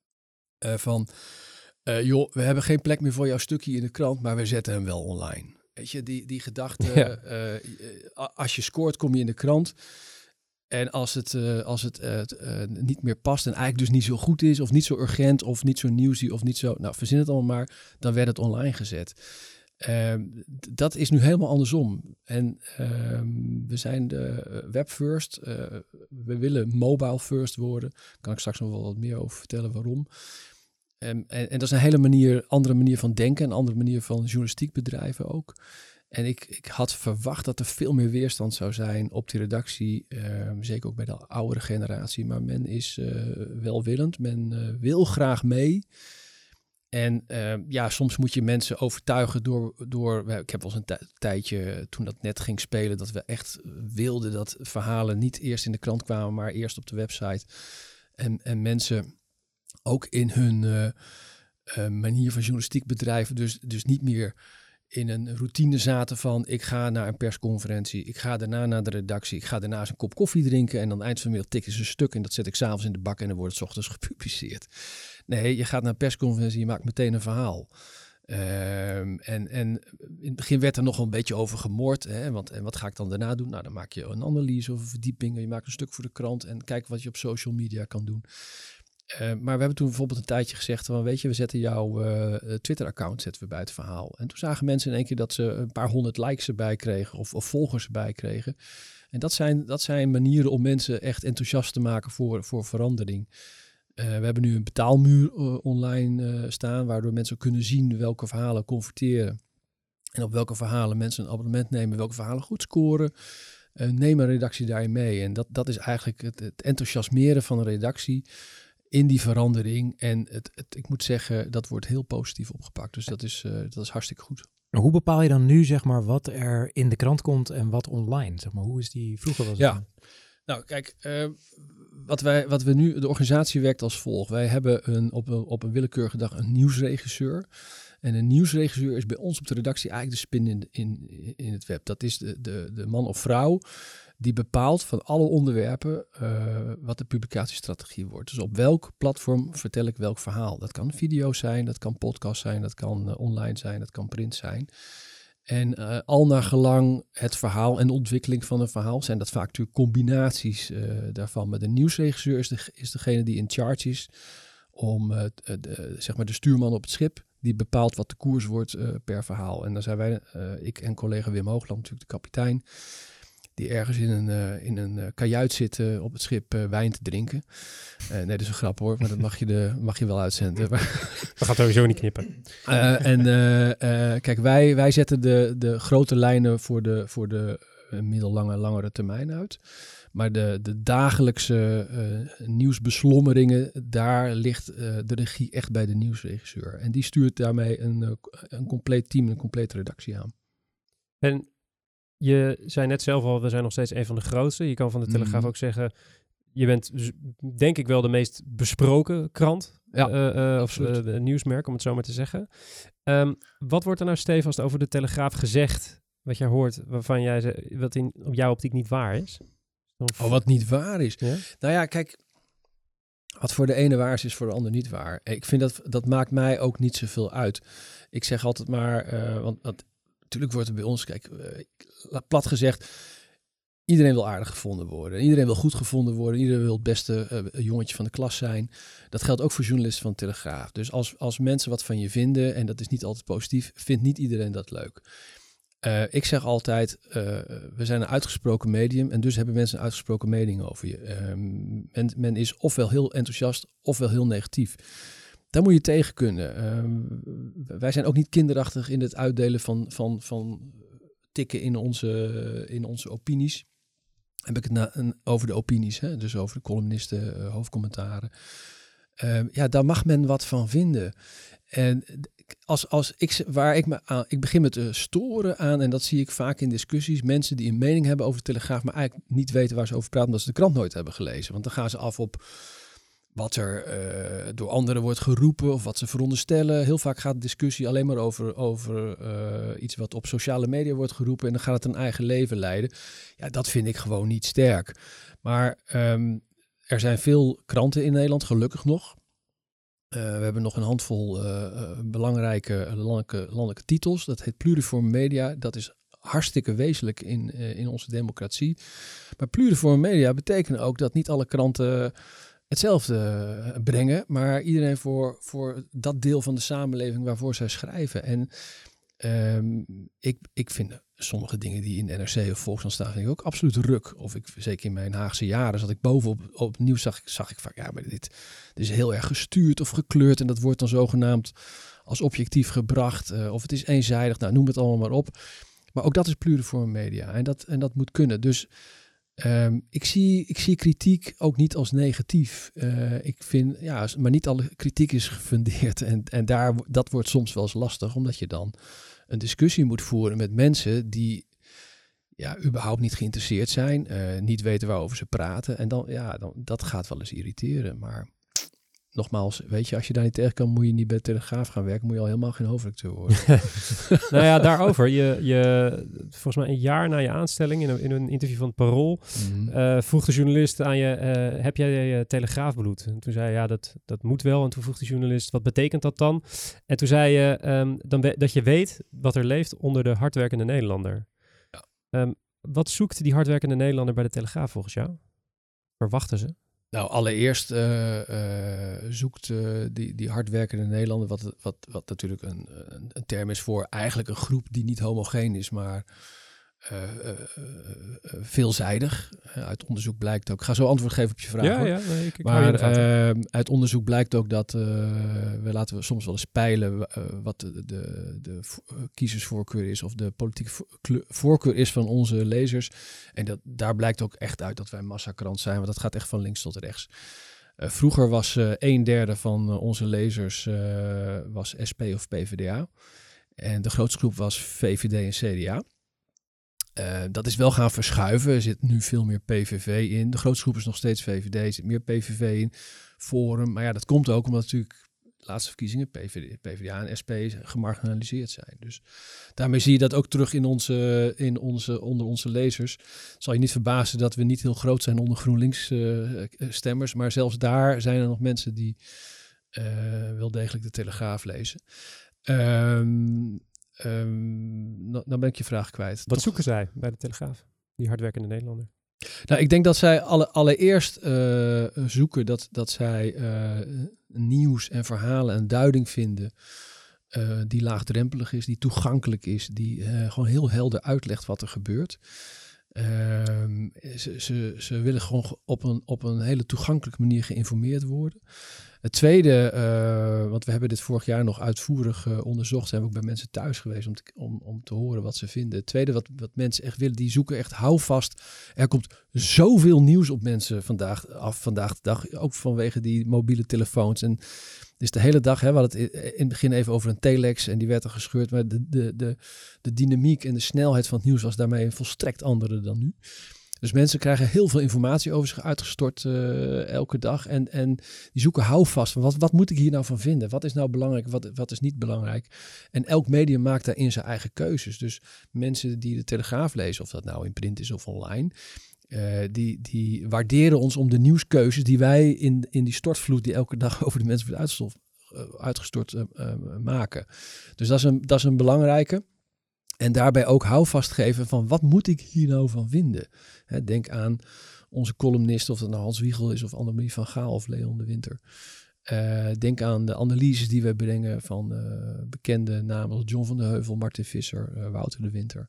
joh, we hebben geen plek meer voor jouw stukje in de krant, maar we zetten hem wel online. Weet je, die gedachte, ja. Als je scoort kom je in de krant. En als het niet meer past en eigenlijk dus niet zo goed is of niet zo urgent of niet zo nieuws of niet zo, nou verzin het allemaal maar, dan werd het online gezet. Dat is nu helemaal andersom. En we zijn de web first. We willen mobile first worden. Daar kan ik straks nog wel wat meer over vertellen waarom. En dat is een hele andere manier van denken, een andere manier van journalistiek bedrijven ook. En ik had verwacht dat er veel meer weerstand zou zijn op die redactie, zeker ook bij de oudere generatie. Maar men is welwillend, men wil graag mee. En soms moet je mensen overtuigen door ik heb wel eens een tijdje, toen dat net ging spelen, dat we echt wilden dat verhalen niet eerst in de krant kwamen, maar eerst op de website. En mensen ook in hun manier van journalistiek bedrijven dus niet meer in een routine zaten van ik ga naar een persconferentie, ik ga daarna naar de redactie, ik ga daarna eens een kop koffie drinken en dan eind van de middag tikken ze een stuk en dat zet ik 's avonds in de bak en dan wordt het 's ochtends gepubliceerd. Nee, je gaat naar een persconferentie, je maakt meteen een verhaal. En in het begin werd er nog een beetje over gemoord. Hè? En wat ga ik dan daarna doen? Nou, dan maak je een analyse of een verdieping. Je maakt een stuk voor de krant en kijk wat je op social media kan doen. Maar we hebben toen bijvoorbeeld een tijdje gezegd van, weet je, we zetten jouw Twitter-account zetten we bij het verhaal. En toen zagen mensen in één keer dat ze een paar 100 likes erbij kregen of volgers erbij kregen. En dat zijn manieren om mensen echt enthousiast te maken voor verandering. We hebben nu een betaalmuur online staan, waardoor mensen kunnen zien welke verhalen converteren. En op welke verhalen mensen een abonnement nemen, welke verhalen goed scoren. Neem een redactie daarin mee. En dat is eigenlijk het enthousiasmeren van een redactie in die verandering. En ik moet zeggen, dat wordt heel positief opgepakt. Dus dat is hartstikke goed. Hoe bepaal je dan nu, zeg maar, wat er in de krant komt en wat online? Zeg maar, hoe is die vroeger was? Ja, nou kijk, wat we nu, de organisatie werkt als volgt. Wij hebben op een willekeurige dag een nieuwsregisseur. En een nieuwsregisseur is bij ons op de redactie eigenlijk de spin in het web. Dat is de man of vrouw die bepaalt van alle onderwerpen wat de publicatiestrategie wordt. Dus op welk platform vertel ik welk verhaal. Dat kan video zijn, dat kan podcast zijn, dat kan online zijn, dat kan print zijn. En al naar gelang het verhaal en de ontwikkeling van een verhaal zijn dat vaak natuurlijk combinaties daarvan. Maar de nieuwsregisseur is degene die in charge is om zeg maar de stuurman op het schip. Die bepaalt wat de koers wordt per verhaal. En dan zijn wij, ik en collega Wim Hoogland, natuurlijk de kapitein, die ergens in een kajuit zitten op het schip wijn te drinken. Nee, dat is een grap hoor, maar dat mag je wel uitzenden. We gaan sowieso niet knippen. Kijk, wij zetten de grote lijnen voor de middellange, langere termijn uit. Maar de dagelijkse nieuwsbeslommeringen, daar ligt de regie echt bij de nieuwsregisseur. En die stuurt daarmee een compleet team, een complete redactie aan. En je zei net zelf al, we zijn nog steeds een van de grootste. Je kan van de Telegraaf ook zeggen, je bent denk ik wel de meest besproken krant. Ja, of nieuwsmerk, om het zo maar te zeggen. Wat wordt er nou stevast over de Telegraaf gezegd, wat jij hoort, waarvan wat op jouw optiek niet waar is? Wat niet waar is? Ja? Nou ja, kijk, wat voor de ene waar is voor de ander niet waar. Ik vind dat maakt mij ook niet zoveel uit. Ik zeg altijd maar, want natuurlijk wordt er bij ons, kijk, plat gezegd, iedereen wil aardig gevonden worden. Iedereen wil goed gevonden worden. Iedereen wil het beste jongetje van de klas zijn. Dat geldt ook voor journalisten van de Telegraaf. Dus als mensen wat van je vinden, en dat is niet altijd positief, vindt niet iedereen dat leuk. Ik zeg altijd, we zijn een uitgesproken medium en dus hebben mensen een uitgesproken mening over je. Men is ofwel heel enthousiast ofwel heel negatief. Daar moet je tegen kunnen. Wij zijn ook niet kinderachtig in het uitdelen van tikken in onze opinies. Heb ik het over de opinies, hè? Dus over de columnisten, hoofdcommentaren. Daar mag men wat van vinden. En ik begin me te storen aan, en dat zie ik vaak in discussies, mensen die een mening hebben over de Telegraaf, maar eigenlijk niet weten waar ze over praten, omdat ze de krant nooit hebben gelezen. Want dan gaan ze af op wat er door anderen wordt geroepen of wat ze veronderstellen. Heel vaak gaat de discussie alleen maar over iets wat op sociale media wordt geroepen en dan gaat het een eigen leven leiden. Ja, dat vind ik gewoon niet sterk. Maar er zijn veel kranten in Nederland, gelukkig nog. We hebben nog een handvol belangrijke landelijke titels. Dat heet pluriforme media. Dat is hartstikke wezenlijk in onze democratie. Maar pluriforme media betekent ook dat niet alle kranten hetzelfde brengen, maar iedereen voor dat deel van de samenleving waarvoor zij schrijven. En ik vind sommige dingen die in de NRC of Volkskrant staan, vind ik ook absoluut ruk. Of zeker in mijn Haagse jaren zat ik bovenop het nieuws, zag ik vaak, ja, maar dit is heel erg gestuurd of gekleurd en dat wordt dan zogenaamd als objectief gebracht. Of het is eenzijdig, nou noem het allemaal maar op. Maar ook dat is pluriforme media en dat moet kunnen. Dus Ik zie kritiek ook niet als negatief. Ik vind, maar niet alle kritiek is gefundeerd. En dat wordt soms wel eens lastig, omdat je dan een discussie moet voeren met mensen die überhaupt niet geïnteresseerd zijn, niet weten waarover ze praten. En dan dat gaat wel eens irriteren. Maar nogmaals, weet je, als je daar niet tegen kan, moet je niet bij de Telegraaf gaan werken. Moet je al helemaal geen hoofdredacteur worden. Nou ja, daarover. Je volgens mij een jaar na je aanstelling in een interview van het Parool vroeg de journalist aan je, heb jij Telegraafbloed? En toen zei je, dat moet wel. En toen vroeg de journalist, wat betekent dat dan? En toen zei je dat je weet wat er leeft onder de hardwerkende Nederlander. Ja. Wat zoekt die hardwerkende Nederlander bij de Telegraaf volgens jou? Verwachten ze? Nou, allereerst zoekt die hardwerkende Nederlander, wat natuurlijk een term is voor eigenlijk een groep die niet homogeen is, maar veelzijdig. Uit onderzoek blijkt ook, ik ga zo antwoord geven op je vraag. Maar uit onderzoek blijkt ook dat laten we soms wel eens peilen wat de kiezersvoorkeur is of de politieke voorkeur is van onze lezers. En daar blijkt ook echt uit dat wij massakrant zijn, want dat gaat echt van links tot rechts. Vroeger was 1/3 van onze lezers was SP of PvdA. En de grootste groep was VVD en CDA. Dat is wel gaan verschuiven. Er zit nu veel meer PVV in. De grootste groep is nog steeds VVD. Er zit meer PVV in. Forum. Maar dat komt ook omdat natuurlijk de laatste verkiezingen PvdA en SP gemarginaliseerd zijn. Dus daarmee zie je dat ook terug onder onze lezers. Het zal je niet verbazen dat we niet heel groot zijn onder GroenLinks stemmers. Maar zelfs daar zijn er nog mensen die wel degelijk de Telegraaf lezen. Dan ben ik je vraag kwijt. Wat zoeken zij bij de Telegraaf, die hardwerkende Nederlander? Nou, ik denk dat zij allereerst zoeken dat zij nieuws en verhalen en duiding vinden die laagdrempelig is, die toegankelijk is, die gewoon heel helder uitlegt wat er gebeurt. Ze willen gewoon op een hele toegankelijke manier geïnformeerd worden. Het tweede, want we hebben dit vorig jaar nog uitvoerig onderzocht, zijn we ook bij mensen thuis geweest om te horen wat ze vinden. Het tweede wat mensen echt willen, die zoeken echt houvast. Er komt zoveel nieuws op mensen vandaag de dag, ook vanwege die mobiele telefoons. En dus de hele dag, we hadden het in het begin even over een telex en die werd er gescheurd, maar de dynamiek en de snelheid van het nieuws was daarmee een volstrekt andere dan nu. Dus mensen krijgen heel veel informatie over zich uitgestort elke dag. En die zoeken houvast van wat moet ik hier nou van vinden? Wat is nou belangrijk? Wat is niet belangrijk? En elk medium maakt daarin zijn eigen keuzes. Dus mensen die de Telegraaf lezen, of dat nou in print is of online, die waarderen ons om de nieuwskeuzes die wij in die stortvloed die elke dag over de mensen wordt uitgestort maken. Dus dat is een belangrijke. En daarbij ook houvast geven van wat moet ik hier nou van vinden? Denk aan onze columnisten, of dat nou Hans Wiegel is of Annemarie van Gaal of Leon de Winter. Denk aan de analyses die we brengen van bekende namen als John van de Heuvel, Martin Visser, Wouter de Winter.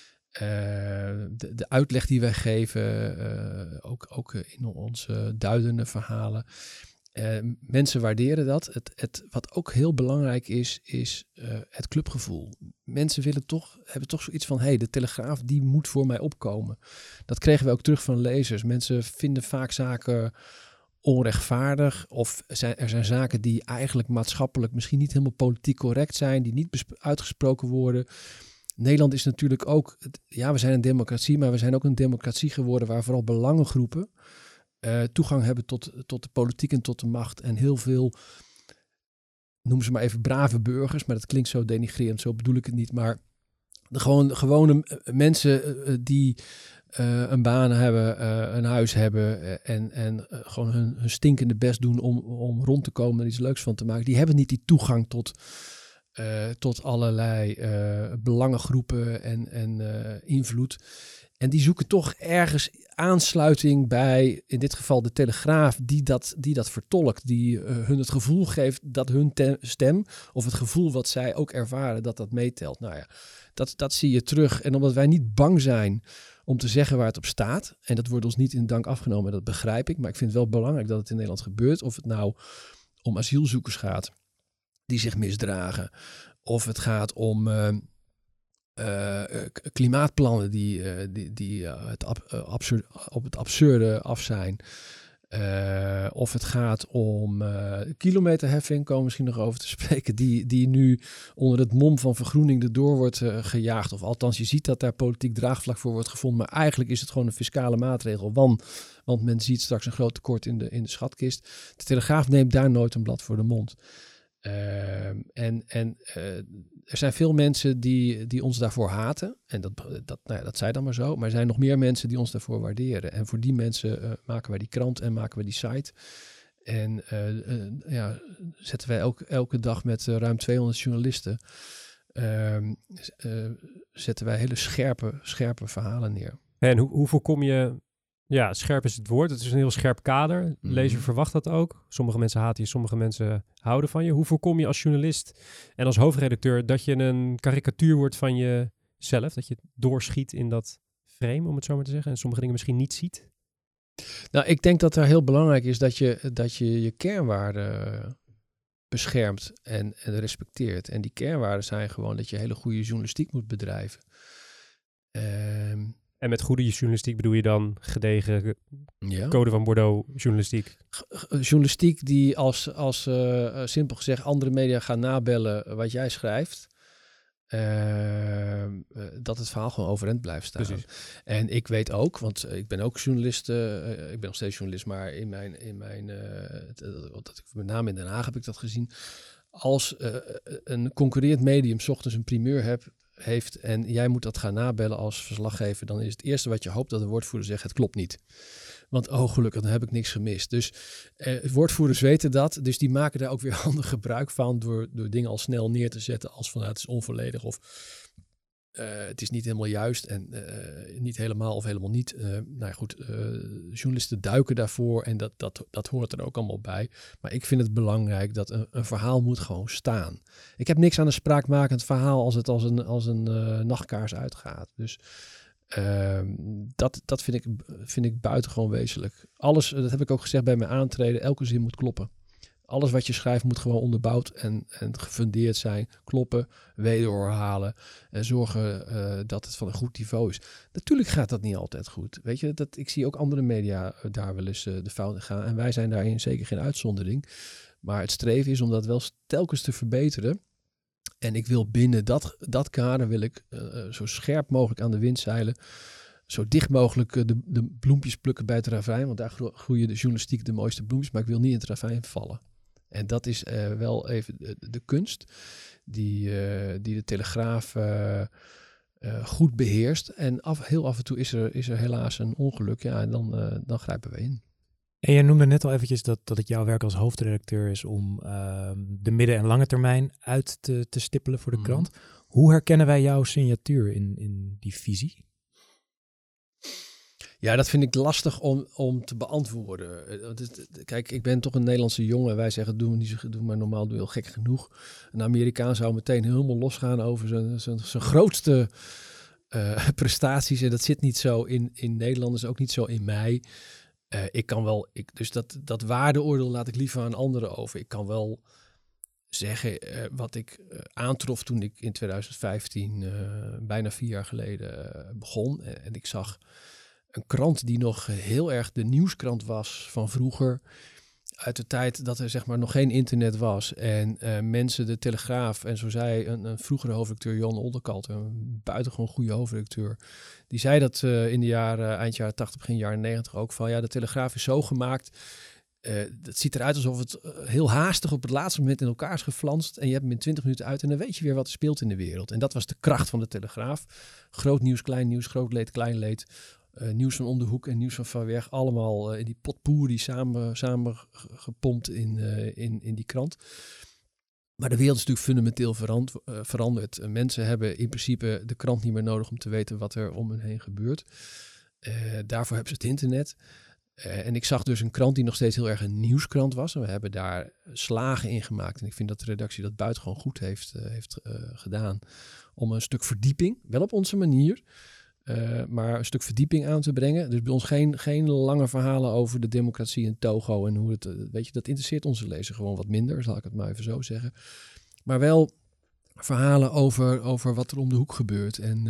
De uitleg die wij geven, ook in onze duidende verhalen. Mensen waarderen dat. Wat ook heel belangrijk is het clubgevoel. Mensen hebben toch zoiets van, de Telegraaf die moet voor mij opkomen. Dat kregen we ook terug van lezers. Mensen vinden vaak zaken onrechtvaardig of er zijn zaken die eigenlijk maatschappelijk misschien niet helemaal politiek correct zijn, die niet uitgesproken worden. Nederland is natuurlijk ook, we zijn een democratie, maar we zijn ook een democratie geworden waar vooral belangengroepen toegang hebben tot de politiek en tot de macht. En heel veel, noem ze maar even brave burgers, maar dat klinkt zo denigrerend, zo bedoel ik het niet. Maar de gewone mensen die een baan hebben, een huis hebben en gewoon hun stinkende best doen om rond te komen en iets leuks van te maken. Die hebben niet die toegang tot allerlei belangengroepen en invloed. En die zoeken toch ergens aansluiting bij, in dit geval de Telegraaf, die dat vertolkt. Die hun het gevoel geeft dat hun stem, of het gevoel wat zij ook ervaren, dat meetelt. Nou ja, dat zie je terug. En omdat wij niet bang zijn om te zeggen waar het op staat, en dat wordt ons niet in dank afgenomen, dat begrijp ik. Maar ik vind het wel belangrijk dat het in Nederland gebeurt. Of het nou om asielzoekers gaat die zich misdragen. Of het gaat om klimaatplannen die op het absurde af zijn. Of het gaat om kilometerheffing, komen we misschien nog over te spreken, die nu onder het mom van vergroening erdoor wordt gejaagd. Of althans, je ziet dat daar politiek draagvlak voor wordt gevonden. Maar eigenlijk is het gewoon een fiscale maatregel. Want men ziet straks een groot tekort in de schatkist. De Telegraaf neemt daar nooit een blad voor de mond. Er zijn veel mensen die ons daarvoor haten. En dat zij dan maar zo. Maar er zijn nog meer mensen die ons daarvoor waarderen. En voor die mensen maken wij die krant en maken we die site. En zetten wij elke dag met ruim 200 journalisten... zetten wij hele scherpe verhalen neer. En hoe voorkom je... Ja, scherp is het woord. Het is een heel scherp kader. Mm-hmm. Lezer verwacht dat ook. Sommige mensen haten je, sommige mensen houden van je. Hoe voorkom je als journalist en als hoofdredacteur dat je een karikatuur wordt van jezelf? Dat je doorschiet in dat frame, om het zo maar te zeggen. En sommige dingen misschien niet ziet? Nou, ik denk dat er heel belangrijk is dat je kernwaarden beschermt en respecteert. En die kernwaarden zijn gewoon dat je hele goede journalistiek moet bedrijven. En met goede journalistiek bedoel je dan gedegen Code van Bordeaux journalistiek? Journalistiek die als simpel gezegd andere media gaan nabellen wat jij schrijft. Dat het verhaal gewoon overeind blijft staan. Precies. En ik weet ook, want ik ben ook journalist. Ik ben nog steeds journalist, maar met name in Den Haag heb ik dat gezien. Als een concurrerend medium 's ochtends een primeur heeft en jij moet dat gaan nabellen als verslaggever, dan is het eerste wat je hoopt dat de woordvoerder zegt, het klopt niet. Want gelukkig, dan heb ik niks gemist. Dus woordvoerders weten dat, dus die maken daar ook weer handig gebruik van door dingen al snel neer te zetten als van het is onvolledig of het is niet helemaal juist en niet helemaal of helemaal niet. Journalisten duiken daarvoor en dat hoort er ook allemaal bij. Maar ik vind het belangrijk dat een verhaal moet gewoon staan. Ik heb niks aan een spraakmakend verhaal als het als een nachtkaars uitgaat. Dus dat vind ik buitengewoon wezenlijk. Alles, dat heb ik ook gezegd bij mijn aantreden, elke zin moet kloppen. Alles wat je schrijft moet gewoon onderbouwd en gefundeerd zijn. Kloppen, wederherhalen en zorgen dat het van een goed niveau is. Natuurlijk gaat dat niet altijd goed. Weet je, ik zie ook andere media daar wel eens de fout in gaan. En wij zijn daarin zeker geen uitzondering. Maar het streven is om dat wel telkens te verbeteren. En ik wil binnen dat kader wil ik zo scherp mogelijk aan de wind zeilen. Zo dicht mogelijk de bloempjes plukken bij het ravijn. Want daar groeien de journalistiek de mooiste bloempjes. Maar ik wil niet in het ravijn vallen. En dat is wel even de kunst die de Telegraaf goed beheerst. En heel af en toe is er helaas een ongeluk. Ja, en dan grijpen we in. En je noemde net al eventjes dat het jouw werk als hoofdredacteur is om de midden- en lange termijn uit te stippelen voor de krant. Hoe herkennen wij jouw signatuur in die visie? Ja, dat vind ik lastig om te beantwoorden. Kijk, ik ben toch een Nederlandse jongen. Wij zeggen, doe maar normaal, doe heel gek genoeg. Een Amerikaan zou meteen helemaal losgaan over zijn grootste prestaties. En dat zit niet zo in Nederlanders, ook niet zo in mij. Ik kan wel, dus dat waardeoordeel laat ik liever aan anderen over. Ik kan wel zeggen wat ik aantrof toen ik in 2015, bijna 4 jaar geleden, begon. En ik zag een krant die nog heel erg de nieuwskrant was van vroeger. Uit de tijd dat er zeg maar nog geen internet was. En mensen de Telegraaf, en zo zei een vroegere hoofdredacteur, Jan Olderkalter, een buitengewoon goede hoofdredacteur. Die zei dat in de eind jaren 80, begin jaren 90 ook van, ja, de Telegraaf is zo gemaakt. Het ziet eruit alsof het heel haastig op het laatste moment in elkaar is geflanst. En je hebt hem in 20 minuten uit en dan weet je weer wat er speelt in de wereld. En dat was de kracht van de Telegraaf. Groot nieuws, klein nieuws, groot leed, klein leed. Nieuws van om de hoek en nieuws van ver weg. Allemaal in die potpourri samen gepompt in die krant. Maar de wereld is natuurlijk fundamenteel veranderd. Mensen hebben in principe de krant niet meer nodig om te weten wat er om hen heen gebeurt. Daarvoor hebben ze het internet. En ik zag dus een krant die nog steeds heel erg een nieuwskrant was. En we hebben daar slagen in gemaakt. En ik vind dat de redactie dat buitengewoon goed heeft gedaan. Om een stuk verdieping, wel op onze manier, maar een stuk verdieping aan te brengen. Dus bij ons geen lange verhalen over de democratie in Togo en hoe het, weet je, dat interesseert onze lezer gewoon wat minder, zal ik het maar even zo zeggen. Maar wel verhalen over wat er om de hoek gebeurt. En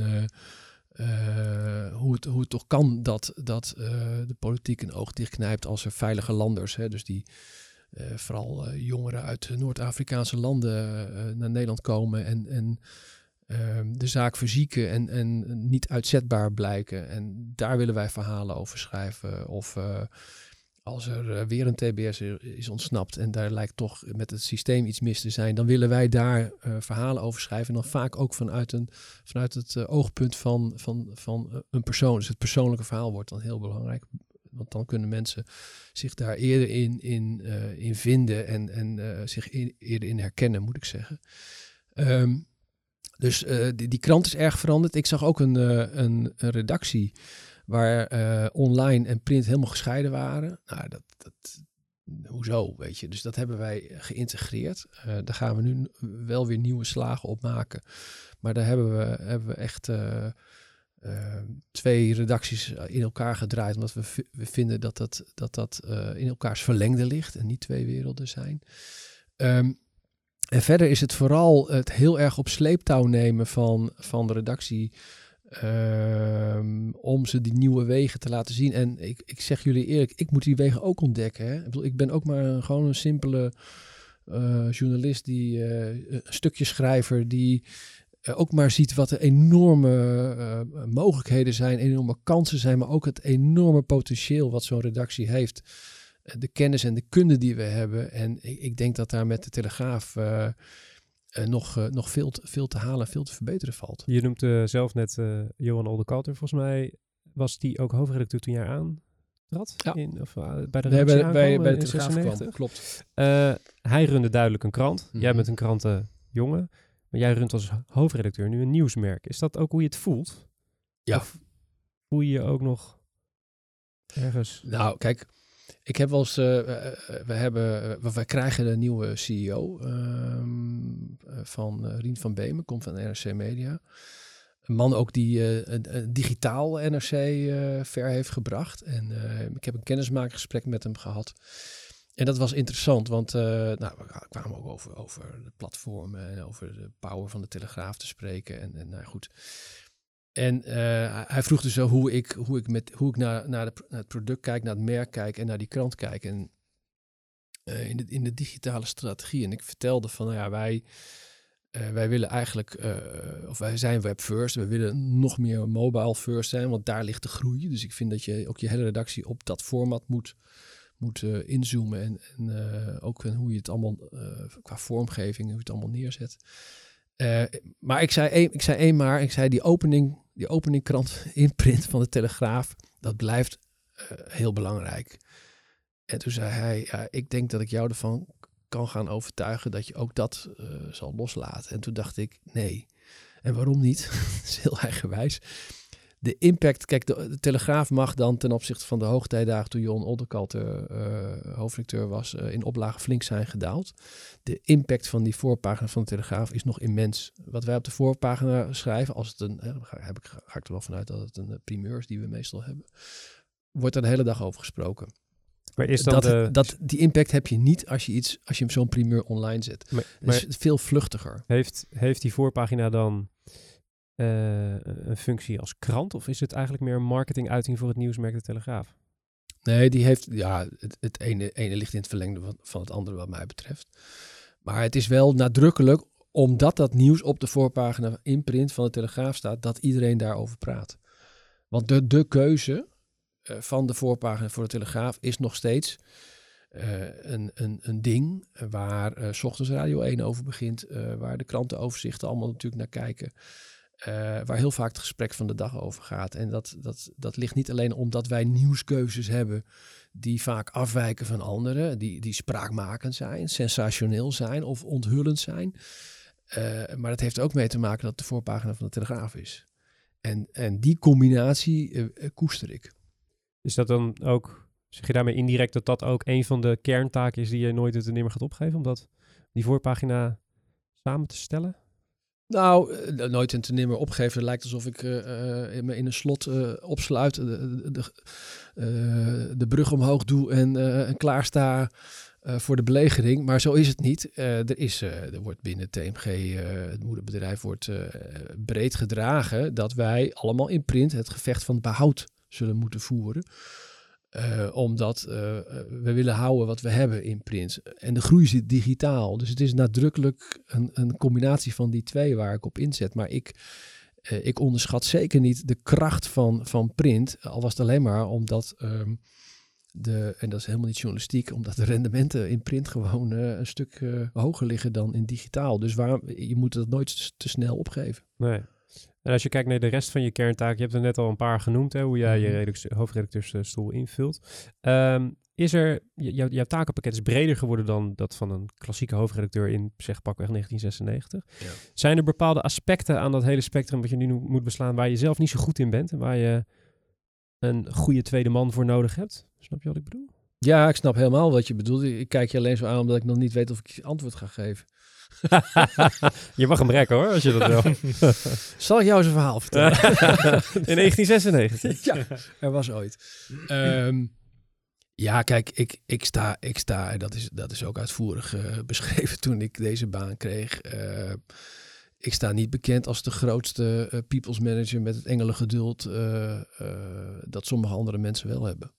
hoe het toch kan dat de politiek een oog dichtknijpt als er veilige landers, dus die vooral jongeren uit Noord-Afrikaanse landen naar Nederland komen en de zaak verzieken en niet uitzetbaar blijken. En daar willen wij verhalen over schrijven. Of als er weer een TBS is ontsnapt en daar lijkt toch met het systeem iets mis te zijn, dan willen wij daar verhalen over schrijven. En dan vaak ook vanuit het oogpunt van een persoon. Dus het persoonlijke verhaal wordt dan heel belangrijk. Want dan kunnen mensen zich daar eerder in vinden en zich eerder in herkennen, moet ik zeggen. Dus die krant is erg veranderd. Ik zag ook een redactie waar online en print helemaal gescheiden waren. Nou, hoezo, weet je. Dus dat hebben wij geïntegreerd. Daar gaan we nu wel weer nieuwe slagen op maken. Maar daar hebben we echt 2 redacties in elkaar gedraaid. Omdat we vinden dat in elkaars verlengde ligt en niet 2 werelden zijn. En verder is het vooral het heel erg op sleeptouw nemen van de redactie om ze die nieuwe wegen te laten zien. En ik zeg jullie eerlijk, ik moet die wegen ook ontdekken. Hè? Ik ben ook maar gewoon een simpele journalist, een stukje schrijver die ook maar ziet wat de enorme mogelijkheden zijn, enorme kansen zijn, maar ook het enorme potentieel wat zo'n redactie heeft. De kennis en de kunde die we hebben. En ik denk dat daar met de Telegraaf nog veel te halen en veel te verbeteren valt. Je noemt zelf net Johan Oldekalter. Volgens mij was die ook hoofdredacteur toen jij aantrad? Ja. Bij de redactie bij de Telegraaf kwam, klopt. Hij runde duidelijk een krant. Mm-hmm. Jij bent een krantenjongen. Maar jij runt als hoofdredacteur nu een nieuwsmerk. Is dat ook hoe je het voelt? Ja. Of voel je je ook nog ergens? Nou, kijk, ik heb wel eens, wij krijgen een nieuwe CEO van Rien van Beemen, komt van NRC Media. Een man ook die digitaal NRC ver heeft gebracht. En ik heb een kennismakingsgesprek met hem gehad. En dat was interessant, want we kwamen ook over de platformen en over de power van de Telegraaf te spreken. En nou goed. En hij vroeg dus hoe ik naar het product kijk, naar het merk kijk en naar die krant kijk. En in de digitale strategie. En ik vertelde van, wij willen eigenlijk, of wij zijn web first. We willen nog meer mobile first zijn, want daar ligt de groei. Dus ik vind dat je ook je hele redactie op dat format moet inzoomen. En ook hoe je het allemaal qua vormgeving, hoe je het allemaal neerzet. Maar ik zei die openingkrant in print van de Telegraaf, dat blijft heel belangrijk. En toen zei hij, ik denk dat ik jou ervan kan gaan overtuigen dat je ook dat zal loslaten. En toen dacht ik, nee. En waarom niet? Dat is heel eigenwijs. De impact, kijk, de Telegraaf mag dan ten opzichte van de hoogtijdagen toen Johan Oldekalter hoofdredacteur was, in oplage flink zijn gedaald. De impact van die voorpagina van de Telegraaf is nog immens. Wat wij op de voorpagina schrijven, als het ga ik er wel vanuit dat het een primeur is die we meestal hebben, wordt er de hele dag over gesproken. Maar is dan die impact heb je niet als je zo'n primeur online zet. Maar het is veel vluchtiger. Heeft die voorpagina dan een functie als krant? Of is het eigenlijk meer een marketinguiting voor het nieuwsmerk De Telegraaf? Nee, die heeft, het ene ligt in het verlengde van het andere wat mij betreft. Maar het is wel nadrukkelijk, omdat dat nieuws op de voorpagina in print van de Telegraaf staat, dat iedereen daarover praat. Want de keuze van de voorpagina voor de Telegraaf is nog steeds een ding waar 's ochtends Radio 1 over begint, waar de krantenoverzichten allemaal natuurlijk naar kijken. Waar heel vaak het gesprek van de dag over gaat. En dat ligt niet alleen omdat wij nieuwskeuzes hebben die vaak afwijken van anderen, die spraakmakend zijn, sensationeel zijn of onthullend zijn. Maar het heeft ook mee te maken dat de voorpagina van de Telegraaf is. En die combinatie koester ik. Is dat dan ook, zeg je daarmee indirect dat ook een van de kerntaken is die je nooit en nimmer gaat opgeven? Om die voorpagina samen te stellen? Nou, nooit en te nimmer opgeven. Het lijkt alsof ik me in een slot opsluit, de brug omhoog doe en klaar sta voor de belegering. Maar zo is het niet. Er wordt binnen TMG, het moederbedrijf, wordt breed gedragen dat wij allemaal in print het gevecht van behoud zullen moeten voeren. Omdat we willen houden wat we hebben in print. En de groei zit digitaal. Dus het is nadrukkelijk een combinatie van die twee waar ik op inzet. Maar ik onderschat zeker niet de kracht van print. Al was het alleen maar omdat en dat is helemaal niet journalistiek, omdat de rendementen in print gewoon een stuk hoger liggen dan in digitaal. Dus je moet dat nooit te snel opgeven. Nee. En als je kijkt naar de rest van je kerntaak, je hebt er net al een paar genoemd, hè, hoe jij je hoofdredacteursstoel invult. Jouw takenpakket is breder geworden dan dat van een klassieke hoofdredacteur in, zeg, pakweg 1996. Ja. Zijn er bepaalde aspecten aan dat hele spectrum wat je nu moet beslaan waar je zelf niet zo goed in bent en waar je een goede tweede man voor nodig hebt? Snap je wat ik bedoel? Ja, ik snap helemaal wat je bedoelt. Ik kijk je alleen zo aan omdat ik nog niet weet of ik antwoord ga geven. Je mag hem rekken hoor, als je dat wil. Zal ik jou eens een verhaal vertellen? In 1996. Ja, er was ooit. Ja, kijk, ik sta, dat is ook uitvoerig beschreven toen ik deze baan kreeg. Ik sta niet bekend als de grootste people's manager met het engelengeduld dat sommige andere mensen wel hebben.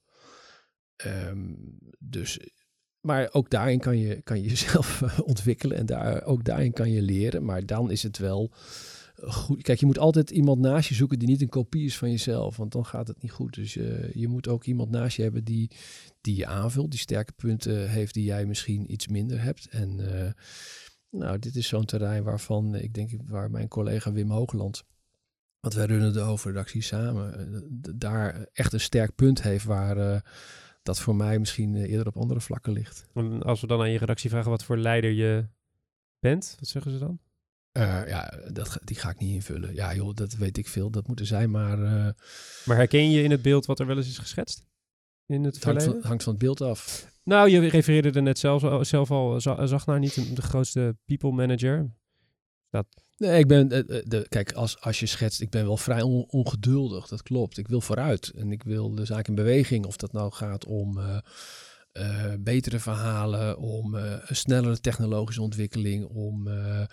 Maar ook daarin kan je jezelf ontwikkelen en ook daarin kan je leren. Maar dan is het wel goed. Kijk, je moet altijd iemand naast je zoeken die niet een kopie is van jezelf, want dan gaat het niet goed. Dus je moet ook iemand naast je hebben die je aanvult, die sterke punten heeft die jij misschien iets minder hebt. En dit is zo'n terrein waar mijn collega Wim Hoogland, want wij runnen de hoofdredactie samen, daar echt een sterk punt heeft waar dat voor mij misschien eerder op andere vlakken ligt. En als we dan aan je redactie vragen wat voor leider je bent, wat zeggen ze dan? Die ga ik niet invullen. Ja joh, dat weet ik veel. Dat moeten zij maar... Maar herken je in het beeld wat er wel eens is geschetst? In het verleden? Hangt van het beeld af. Nou, je refereerde er net zelf al, zag naar niet de grootste people manager. Nee, ik ben... kijk, als je schetst, ik ben wel vrij ongeduldig. Dat klopt. Ik wil vooruit. En ik wil de zaak in beweging. Of dat nou gaat om betere verhalen, om een snellere technologische ontwikkeling, om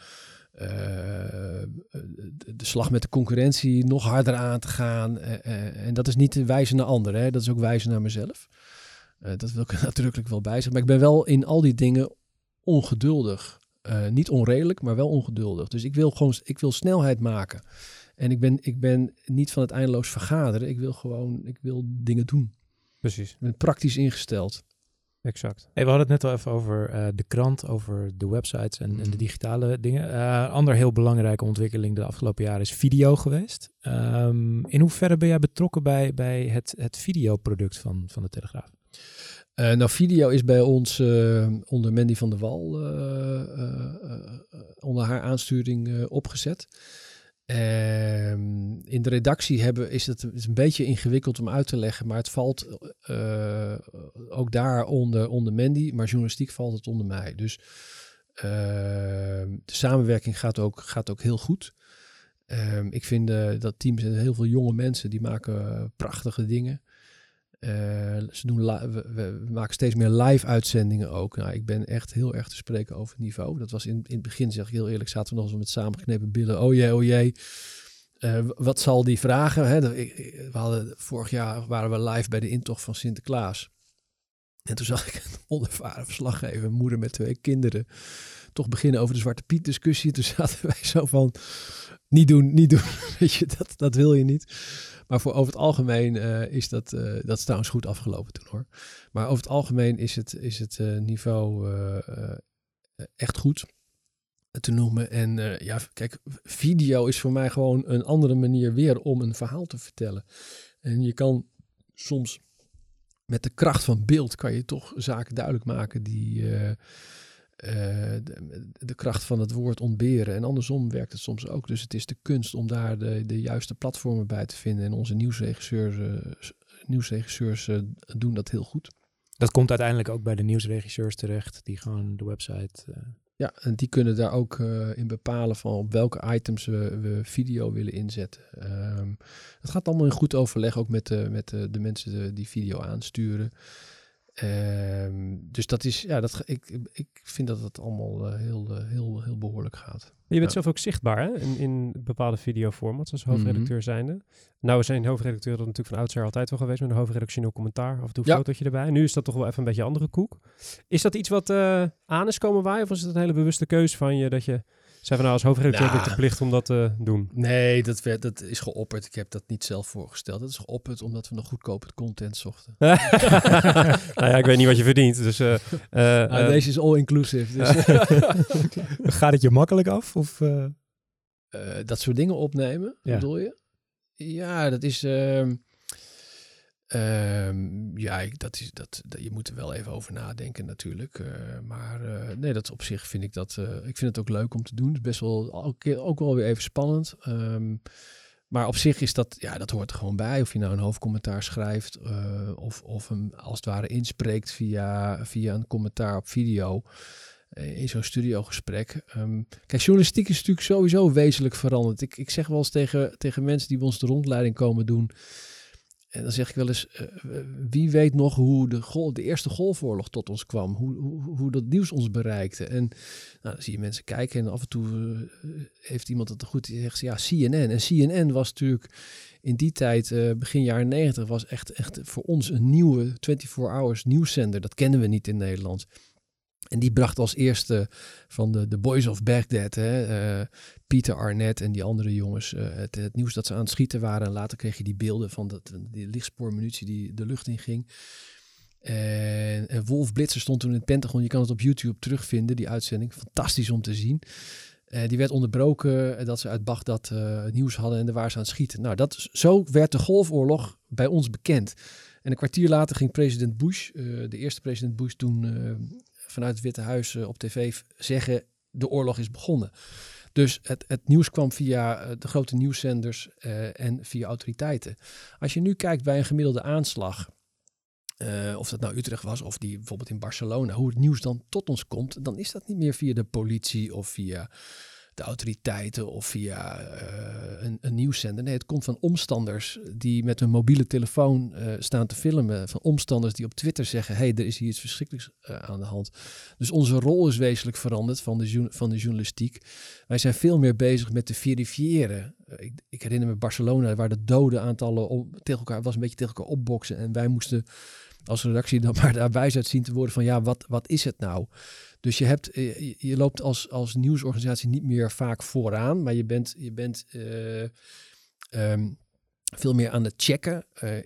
de slag met de concurrentie nog harder aan te gaan. En dat is niet wijzen naar anderen. Hè? Dat is ook wijzen naar mezelf. Dat wil ik er nadrukkelijk wel bij zeggen. Maar ik ben wel in al die dingen ongeduldig. Niet onredelijk, maar wel ongeduldig. Dus ik wil snelheid maken. En ik ben niet van het eindeloos vergaderen. Ik wil dingen doen. Precies. Ik ben praktisch ingesteld. Exact. Hey, we hadden het net al even over de krant, over de websites en de digitale dingen. Ander heel belangrijke ontwikkeling de afgelopen jaren is video geweest. In hoeverre ben jij betrokken bij het videoproduct van de Telegraaf? Video is bij ons onder Mandy van der Wal onder haar aansturing opgezet. In de redactie is het een beetje ingewikkeld om uit te leggen, maar het valt ook daar onder Mandy, maar journalistiek valt het onder mij. Dus de samenwerking gaat ook heel goed. Ik vind dat team zijn heel veel jonge mensen die maken prachtige dingen. We maken steeds meer live uitzendingen ook. Nou, ik ben echt heel erg te spreken over het niveau. Dat was in het begin, zeg ik heel eerlijk, zaten we nog eens met samengeknepen billen. Oh jee. Wat zal die vragen? Hè? Vorig jaar waren we live bij de intocht van Sinterklaas. En toen zag ik een onervaren verslaggever, een moeder met 2 kinderen, toch beginnen over de Zwarte Piet discussie. Toen zaten wij zo van, niet doen. Weet je, dat wil je niet. Maar over het algemeen is dat is trouwens goed afgelopen toen hoor. Maar over het algemeen is het niveau echt goed te noemen. En kijk, video is voor mij gewoon een andere manier weer om een verhaal te vertellen. En je kan soms met de kracht van beeld kan je toch zaken duidelijk maken die de kracht van het woord ontberen. En andersom werkt het soms ook. Dus het is de kunst om daar de juiste platformen bij te vinden. En onze nieuwsregisseurs doen dat heel goed. Dat komt uiteindelijk ook bij de nieuwsregisseurs terecht, die gewoon de website... Ja, en die kunnen daar ook in bepalen van op welke items we video willen inzetten. Het gaat allemaal in goed overleg, ook met de mensen die video aansturen. Dus dat is, ik vind dat het allemaal heel behoorlijk gaat. Je bent zelf ook zichtbaar hè? In bepaalde videoformats als hoofdredacteur zijnde. Nou zijn hoofdredacteur dat natuurlijk van oudsher altijd wel geweest met een hoofdredactioneel commentaar. Af en toe een fotootje erbij. Nu is dat toch wel even een beetje andere koek. Is dat iets wat aan is komen waaien? Of is het een hele bewuste keuze van je dat je zei van als hoofdredacteur heb ik de plicht om dat te doen? Nee, dat is geopperd. Ik heb dat niet zelf voorgesteld. Dat is geopperd omdat we nog goedkope content zochten. Ik weet niet wat je verdient. Dus, deze is all-inclusive. Dus gaat het je makkelijk af? Of, dat soort dingen opnemen, bedoel je? Ja, dat is... je moet er wel even over nadenken natuurlijk. Nee, dat op zich vind ik dat... ik vind het ook leuk om te doen. Het is best wel ook wel weer even spannend. Maar op zich is dat... Ja, dat hoort er gewoon bij. Of je nou een hoofdcommentaar schrijft... of hem als het ware inspreekt via een commentaar op video... in zo'n studiogesprek. Kijk, journalistiek is natuurlijk sowieso wezenlijk veranderd. Ik zeg wel eens tegen mensen die bij ons de rondleiding komen doen... En dan zeg ik wel eens, wie weet nog hoe de eerste golfoorlog tot ons kwam? Hoe dat nieuws ons bereikte? En dan zie je mensen kijken en af en toe heeft iemand het goed. Die zegt, ja, CNN. En CNN was natuurlijk in die tijd, begin jaren 90, was echt voor ons een nieuwe 24 hours nieuwszender. Dat kennen we niet in Nederland. En die bracht als eerste van de Boys of Baghdad, Pieter Arnett en die andere jongens, het nieuws dat ze aan het schieten waren. En later kreeg je die beelden van die lichtspoormunitie die de lucht in ging. En Wolf Blitzer stond toen in het Pentagon. Je kan het op YouTube terugvinden, die uitzending. Fantastisch om te zien. Die werd onderbroken dat ze uit Baghdad nieuws hadden en daar waren ze aan het schieten. Nou, zo werd de Golfoorlog bij ons bekend. En een kwartier later ging president Bush, de eerste president Bush toen... vanuit het Witte Huis op tv zeggen... de oorlog is begonnen. Dus het nieuws kwam via de grote nieuwszenders... en via autoriteiten. Als je nu kijkt bij een gemiddelde aanslag... of dat nou Utrecht was of die bijvoorbeeld in Barcelona... hoe het nieuws dan tot ons komt... dan is dat niet meer via de politie of via de autoriteiten... of via een nieuwszender. Nee, het komt van omstanders die met hun mobiele telefoon staan te filmen. Van omstanders die op Twitter zeggen... hey, er is hier iets verschrikkelijks aan de hand. Dus onze rol is wezenlijk veranderd van de journalistiek. Wij zijn veel meer bezig met te verifiëren. Ik herinner me Barcelona, waar de dodenaantallen tegen elkaar was een beetje tegen elkaar opboksen. En wij moesten als redactie dan maar daarbij zou zien te worden van ja, wat is het nou? Dus je loopt als nieuwsorganisatie niet meer vaak vooraan, maar je bent veel meer aan het checken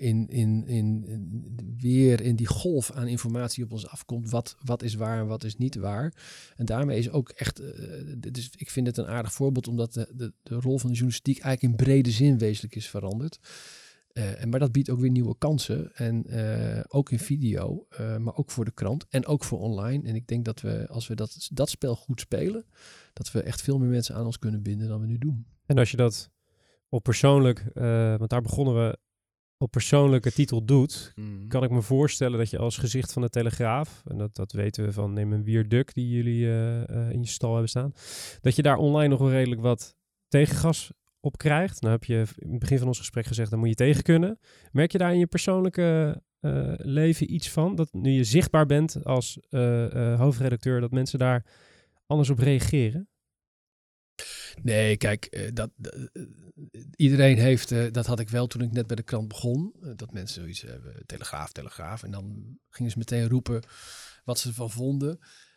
in die golf aan informatie op ons afkomt. Wat is waar en wat is niet waar. En daarmee is ook echt, ik vind het een aardig voorbeeld, omdat de rol van de journalistiek eigenlijk in brede zin wezenlijk is veranderd. Maar dat biedt ook weer nieuwe kansen. En ook in video, maar ook voor de krant en ook voor online. En ik denk dat we, als we dat spel goed spelen, dat we echt veel meer mensen aan ons kunnen binden dan we nu doen. En als je dat op persoonlijk, want daar begonnen we, op persoonlijke titel doet, kan ik me voorstellen dat je als gezicht van de Telegraaf, en dat weten we van neem een Wierduk die jullie in je stal hebben staan, dat je daar online nog wel redelijk wat tegengas op krijgt. Nou heb je in het begin van ons gesprek gezegd, dan moet je tegen kunnen. Merk je daar in je persoonlijke leven iets van? Dat nu je zichtbaar bent als hoofdredacteur, dat mensen daar anders op reageren? Nee, kijk, iedereen heeft, dat had ik wel toen ik net bij de krant begon, dat mensen zoiets hebben, Telegraaf. En dan gingen ze meteen roepen wat ze ervan vonden.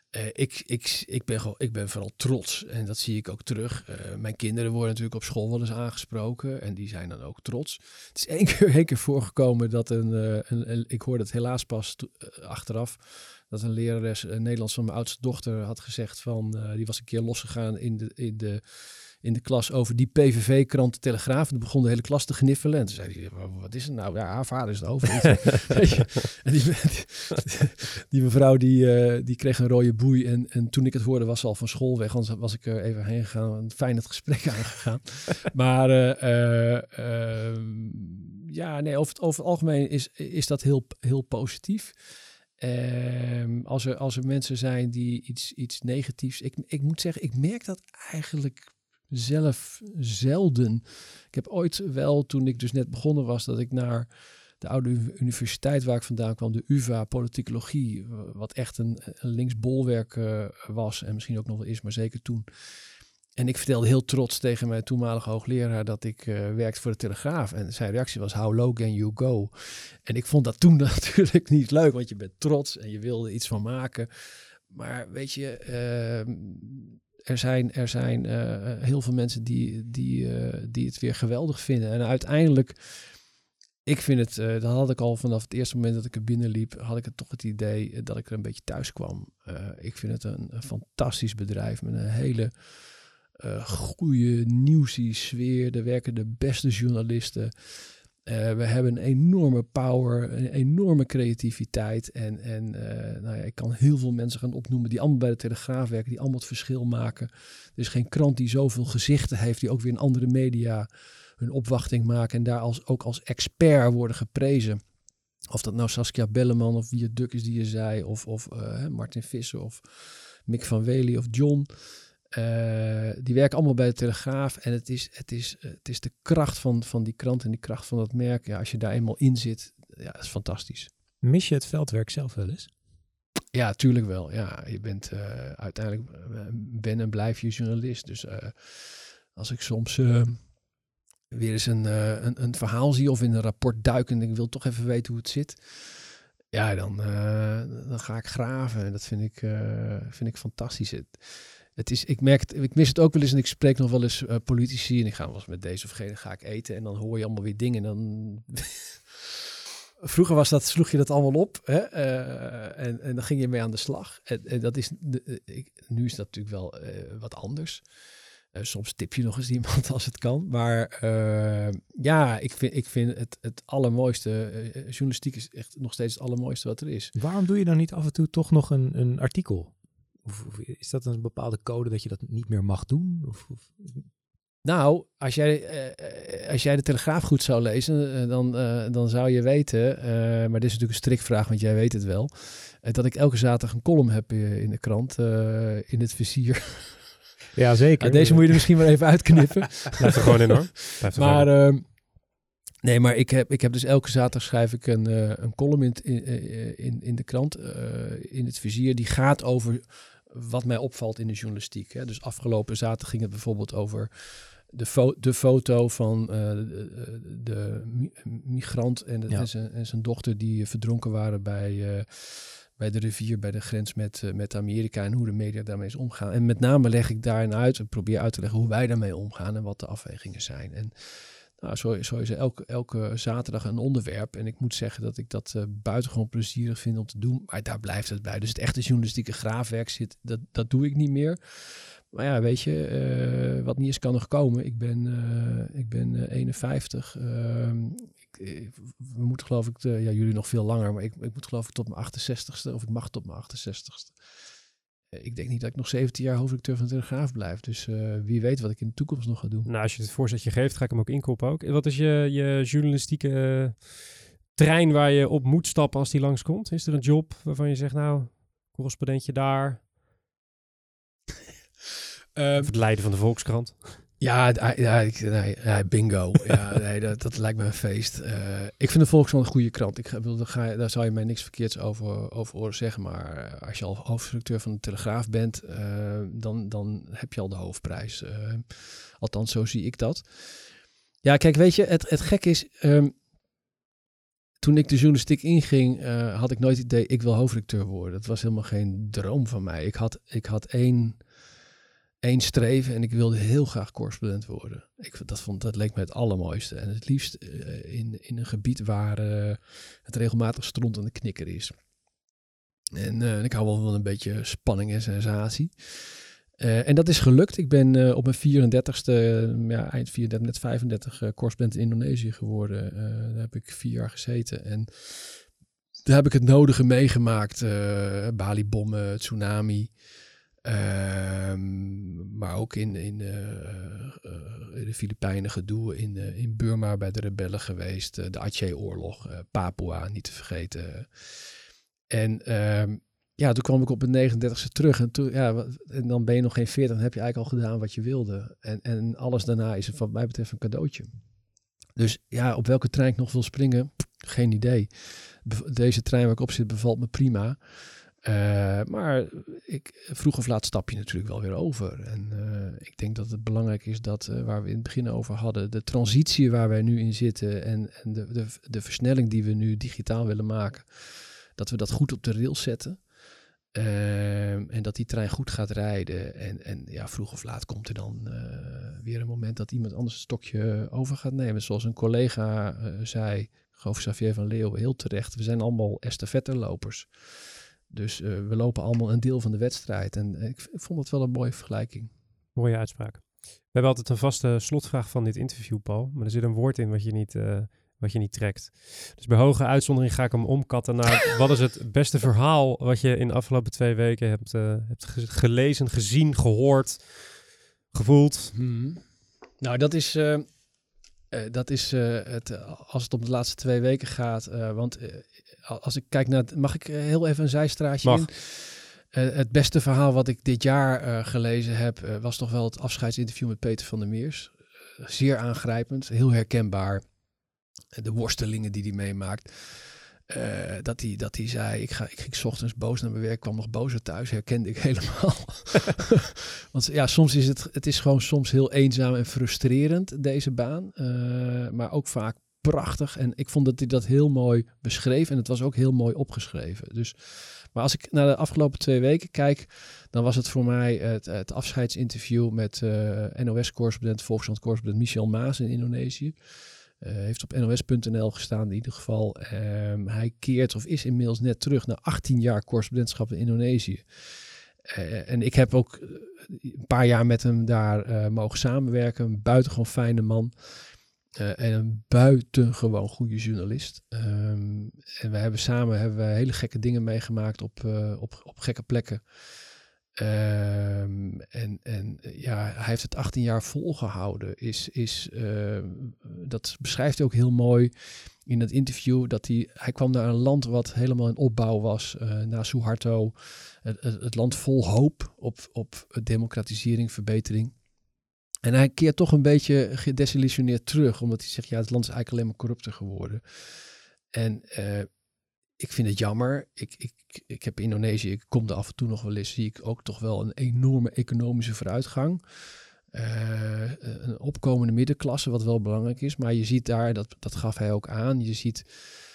Ik ben vooral trots en dat zie ik ook terug. Mijn kinderen worden natuurlijk op school wel eens aangesproken en die zijn dan ook trots. Het is één keer voorgekomen dat ik hoorde het helaas pas achteraf, dat een lerares Nederlands van mijn oudste dochter had gezegd van, die was een keer losgegaan in de klas over die PVV-krant de Telegraaf. En toen begon de hele klas te gniffelen. En toen zei hij, wat is het nou? Ja, haar vader is het over. En die mevrouw die kreeg een rode boei. En toen ik het hoorde was ze al van school weg. Anders was ik er even heen gegaan. Fijn het gesprek aangegaan. Maar over het algemeen is dat heel positief. Als er mensen zijn die iets negatiefs... Ik moet zeggen, ik merk dat eigenlijk zelf zelden. Ik heb ooit wel, toen ik dus net begonnen was, dat de oude universiteit waar ik vandaan kwam, de UvA, politicologie, wat echt een linksbolwerk was en misschien ook nog wel is, maar zeker toen. En ik vertelde heel trots tegen mijn toenmalige hoogleraar dat ik werkte voor de Telegraaf. En zijn reactie was, how low can you go? En ik vond dat toen natuurlijk niet leuk, want je bent trots en je wilde iets van maken. Maar weet je, er zijn heel veel mensen die het weer geweldig vinden. En uiteindelijk, ik vind het, dat had ik al vanaf het eerste moment dat ik er binnenliep, had ik toch het idee dat ik er een beetje thuis kwam. Ik vind het een fantastisch bedrijf met een hele goede nieuwsie sfeer. Er werken de beste journalisten. We hebben een enorme power, een enorme creativiteit. En nou ja, ik kan heel veel mensen gaan opnoemen die allemaal bij de Telegraaf werken, die allemaal het verschil maken. Er is geen krant die zoveel gezichten heeft, die ook weer in andere media hun opwachting maken en daar ook als expert worden geprezen. Of dat nou Saskia Belleman of Wiert Duk is die je zei, of Martin Visser of Mick van Wely of John. Die werken allemaal bij de Telegraaf en het is de kracht van die krant en die kracht van dat merk. Ja, als je daar eenmaal in zit, ja, dat is fantastisch. Mis je het veldwerk zelf wel eens? Ja, tuurlijk wel. Ja, je bent uiteindelijk ben en blijf je journalist. Dus als ik soms weer eens een verhaal zie of in een rapport duik en ik wil toch even weten hoe het zit. Ja, dan ga ik graven en dat vind ik fantastisch. Ik mis het ook wel eens en ik spreek nog wel eens politici en ik ga wel eens met deze of gene ga ik eten en dan hoor je allemaal weer dingen en dan... Vroeger sloeg je dat allemaal op hè? En dan ging je mee aan de slag. En dat is, nu is dat natuurlijk wel wat anders. Soms tip je nog eens iemand als het kan. Maar ja, ik vind het allermooiste. Journalistiek is echt nog steeds het allermooiste wat er is. Waarom doe je dan niet af en toe toch nog een artikel? Of is dat een bepaalde code dat je dat niet meer mag doen? Of... Nou, als jij de Telegraaf goed zou lezen, dan zou je weten, maar dit is natuurlijk een strikvraag, want jij weet het wel, dat ik elke zaterdag een column heb in de krant, in het vizier. Ja, zeker. Deze moet je er misschien maar even uitknippen. Blijft er gewoon in hoor. Nee, maar ik heb dus elke zaterdag schrijf ik een column in de krant, in het vizier, die gaat over wat mij opvalt in de journalistiek. Hè. Dus afgelopen zaterdag ging het bijvoorbeeld over de foto van de migrant en zijn dochter die verdronken waren bij de rivier, bij de grens met Amerika en hoe de media daarmee is omgaan. En met name leg ik daarin uit en probeer uit te leggen hoe wij daarmee omgaan en wat de afwegingen zijn. En nou, zo is er elke zaterdag een onderwerp. En ik moet zeggen dat ik dat buitengewoon plezierig vind om te doen. Maar daar blijft het bij. Dus het echte journalistieke graafwerk dat doe ik niet meer. Maar ja, weet je, wat niet is kan nog komen. Ik ben 51. We moeten geloof ik, jullie nog veel langer. Maar ik moet geloof ik tot mijn 68ste. Of ik mag tot mijn 68ste. Ik denk niet dat ik nog 17 jaar hoofdredacteur van de Telegraaf blijf. Dus wie weet wat ik in de toekomst nog ga doen. Nou, als je het voorzetje geeft, ga ik hem ook inkopen ook. Wat is je journalistieke trein waar je op moet stappen als die langskomt? Is er een job waarvan je zegt, nou, correspondentje daar? Of het leiden van de Volkskrant? Ja, bingo. Ja, nee, dat lijkt me een feest. Ik vind de Volkskrant een goede krant. Daar zou je mij niks verkeerds over horen zeggen. Maar als je al hoofdredacteur van de Telegraaf bent, dan heb je al de hoofdprijs. Althans, zo zie ik dat. Ja, kijk, weet je, het gek is... Toen ik de journalistiek inging, had ik nooit het idee, ik wil hoofdredacteur worden. Dat was helemaal geen droom van mij. Ik had één streven en ik wilde heel graag correspondent worden. Dat leek me het allermooiste. En het liefst in een gebied waar het regelmatig stront aan de knikker is. En ik hou wel van een beetje spanning en sensatie. En dat is gelukt. Ik ben op mijn 34ste, eind 34, net 35, correspondent in Indonesië geworden. Daar heb ik 4 jaar gezeten. En daar heb ik het nodige meegemaakt. Bali-bommen, tsunami. Maar ook in de Filipijnen gedoe, in Burma bij de rebellen geweest, de Aceh-oorlog, Papua niet te vergeten. En toen kwam ik op mijn 39ste terug en dan ben je nog geen 40, dan heb je eigenlijk al gedaan wat je wilde. En alles daarna is wat mij betreft een cadeautje. Dus ja, op welke trein ik nog wil springen, geen idee. Deze trein waar ik op zit bevalt me prima. Maar vroeg of laat stap je natuurlijk wel weer over. En ik denk dat het belangrijk is dat, waar we in het begin over hadden, de transitie waar wij nu in zitten en de versnelling die we nu digitaal willen maken, dat we dat goed op de rails zetten. En dat die trein goed gaat rijden. En ja, vroeg of laat komt er dan weer een moment dat iemand anders het stokje over gaat nemen. Zoals een collega zei, ik geloof Xavier van Leeuwen, heel terecht. We zijn allemaal estafettelopers. Dus we lopen allemaal een deel van de wedstrijd. En ik vond het wel een mooie vergelijking. Mooie uitspraak. We hebben altijd een vaste slotvraag van dit interview, Paul. Maar er zit een woord in wat je niet trekt. Dus bij hoge uitzondering ga ik hem omkatten naar wat is het beste verhaal wat je in de afgelopen 2 weken hebt gelezen, gezien, gehoord, gevoeld? Nou, dat is als het om de laatste 2 weken gaat. Want als ik kijk naar... Mag ik heel even een zijstraatje in? Het beste verhaal wat ik dit jaar gelezen heb, was toch wel het afscheidsinterview met Peter van der Meers. Zeer aangrijpend, heel herkenbaar. De worstelingen die hij meemaakt. Dat hij zei, ik ging 's ochtends boos naar mijn werk, kwam nog bozer thuis, herkende ik helemaal. Want ja, soms is het is gewoon soms heel eenzaam en frustrerend, deze baan. Maar ook vaak prachtig. En ik vond dat hij dat heel mooi beschreef en het was ook heel mooi opgeschreven. Dus, maar als ik naar de afgelopen 2 weken kijk, dan was het voor mij het afscheidsinterview met NOS-correspondent, Volkskrant-correspondent Michel Maas in Indonesië. Heeft op nos.nl gestaan in ieder geval. Hij keert of is inmiddels net terug na 18 jaar correspondentschap in Indonesië. En ik heb ook een paar jaar met hem daar mogen samenwerken. Een buitengewoon fijne man. En een buitengewoon goede journalist. En we hebben samen hele gekke dingen meegemaakt op gekke plekken. Ja, hij heeft het 18 jaar volgehouden. Dat beschrijft hij ook heel mooi in het interview. Dat hij kwam naar een land wat helemaal in opbouw was. Na Suharto. Het land vol hoop op democratisering, verbetering. En hij keert toch een beetje gedesillusioneerd terug. Omdat hij zegt, ja, het land is eigenlijk alleen maar corrupter geworden. En ik vind het jammer. Ik heb in Indonesië, ik kom er af en toe nog wel eens, zie ik ook toch wel een enorme economische vooruitgang. Een opkomende middenklasse, wat wel belangrijk is. Maar je ziet daar, dat gaf hij ook aan, je ziet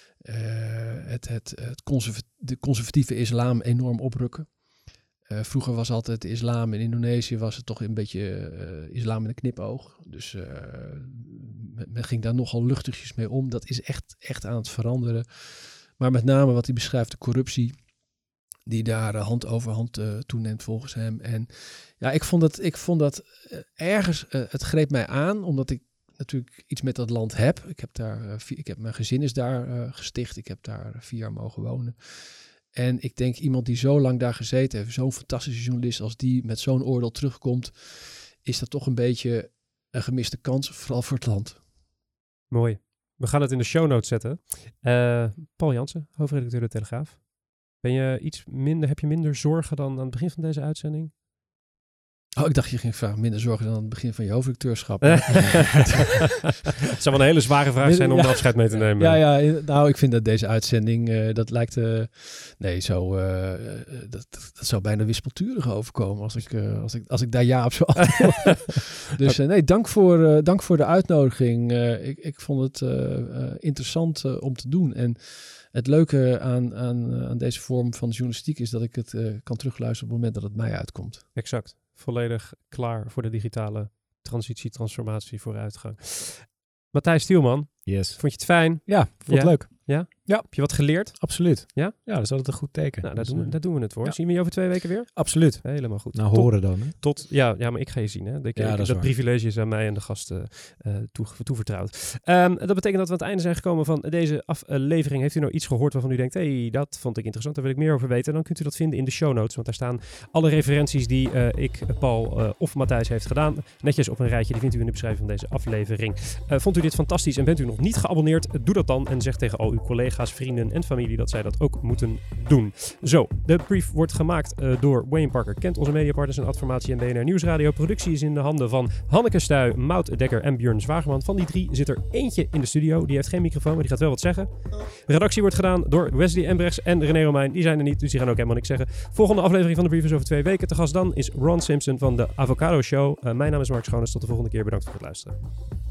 de conservatieve islam enorm oprukken. Vroeger was altijd de islam in Indonesië, was het toch een beetje islam met een knipoog. Dus men ging daar nogal luchtigjes mee om. Dat is echt aan het veranderen. Maar met name wat hij beschrijft, de corruptie, die daar hand over hand toeneemt volgens hem. En ja, ik vond dat ergens, het greep mij aan, omdat ik natuurlijk iets met dat land heb. Mijn gezin is daar gesticht, ik heb daar 4 jaar mogen wonen. En ik denk, iemand die zo lang daar gezeten heeft, zo'n fantastische journalist als die met zo'n oordeel terugkomt, is dat toch een beetje een gemiste kans, vooral voor het land. Mooi. We gaan het in de show notes zetten. Paul Jansen, hoofdredacteur De Telegraaf. Heb je minder zorgen dan aan het begin van deze uitzending? Oh, ik dacht je ging vragen, minder zorgen dan aan het begin van je hoofdredacteurschap. Het zou wel een hele zware vraag zijn om afscheid mee te nemen. Ja, nou, ik vind dat deze uitzending, dat lijkt, dat zou bijna wispelturig overkomen als ik daar ja op zou antwoorden. Dus nee, dank voor de uitnodiging. Ik vond het interessant om te doen. En het leuke aan deze vorm van journalistiek is dat ik het kan terugluisteren op het moment dat het mij uitkomt. Exact. Volledig klaar voor de digitale transitie, transformatie, vooruitgang. Matthijs Stielman, yes. Vond je het fijn? Ja, vond het leuk. Ja? Ja. Heb je wat geleerd? Absoluut. Ja? Ja, dat is altijd een goed teken. Nou, daar doen we het voor. Ja. Zien we je over 2 weken weer? Absoluut. Helemaal goed. Nou, horen dan. Hè? Ja, maar ik ga je zien. Hè? Dat privilege is aan mij en de gasten toevertrouwd. Dat betekent dat we aan het einde zijn gekomen van deze aflevering. Heeft u nou iets gehoord waarvan u denkt, dat vond ik interessant, daar wil ik meer over weten. Dan kunt u dat vinden in de show notes, want daar staan alle referenties die ik, Paul of Matthijs heeft gedaan. Netjes op een rijtje, die vindt u in de beschrijving van deze aflevering. Vond u dit fantastisch en bent u nog nog niet geabonneerd, doe dat dan en zeg tegen al uw collega's, vrienden en familie dat zij dat ook moeten doen. Zo, de brief wordt gemaakt door Wayne Parker Kent, onze mediapartners en Adformatie en BNR Nieuwsradio. Productie is in de handen van Hanneke Stuy, Maud Dekker en Björn Zwageman. Van die 3 zit er eentje in de studio. Die heeft geen microfoon, maar die gaat wel wat zeggen. De redactie wordt gedaan door Wesley Embrechts en René Romein. Die zijn er niet, dus die gaan ook helemaal niks zeggen. Volgende aflevering van de brief is over 2 weken. Te gast dan is Ron Simpson van de Avocado Show. Mijn naam is Mark Schoones. Tot de volgende keer. Bedankt voor het luisteren.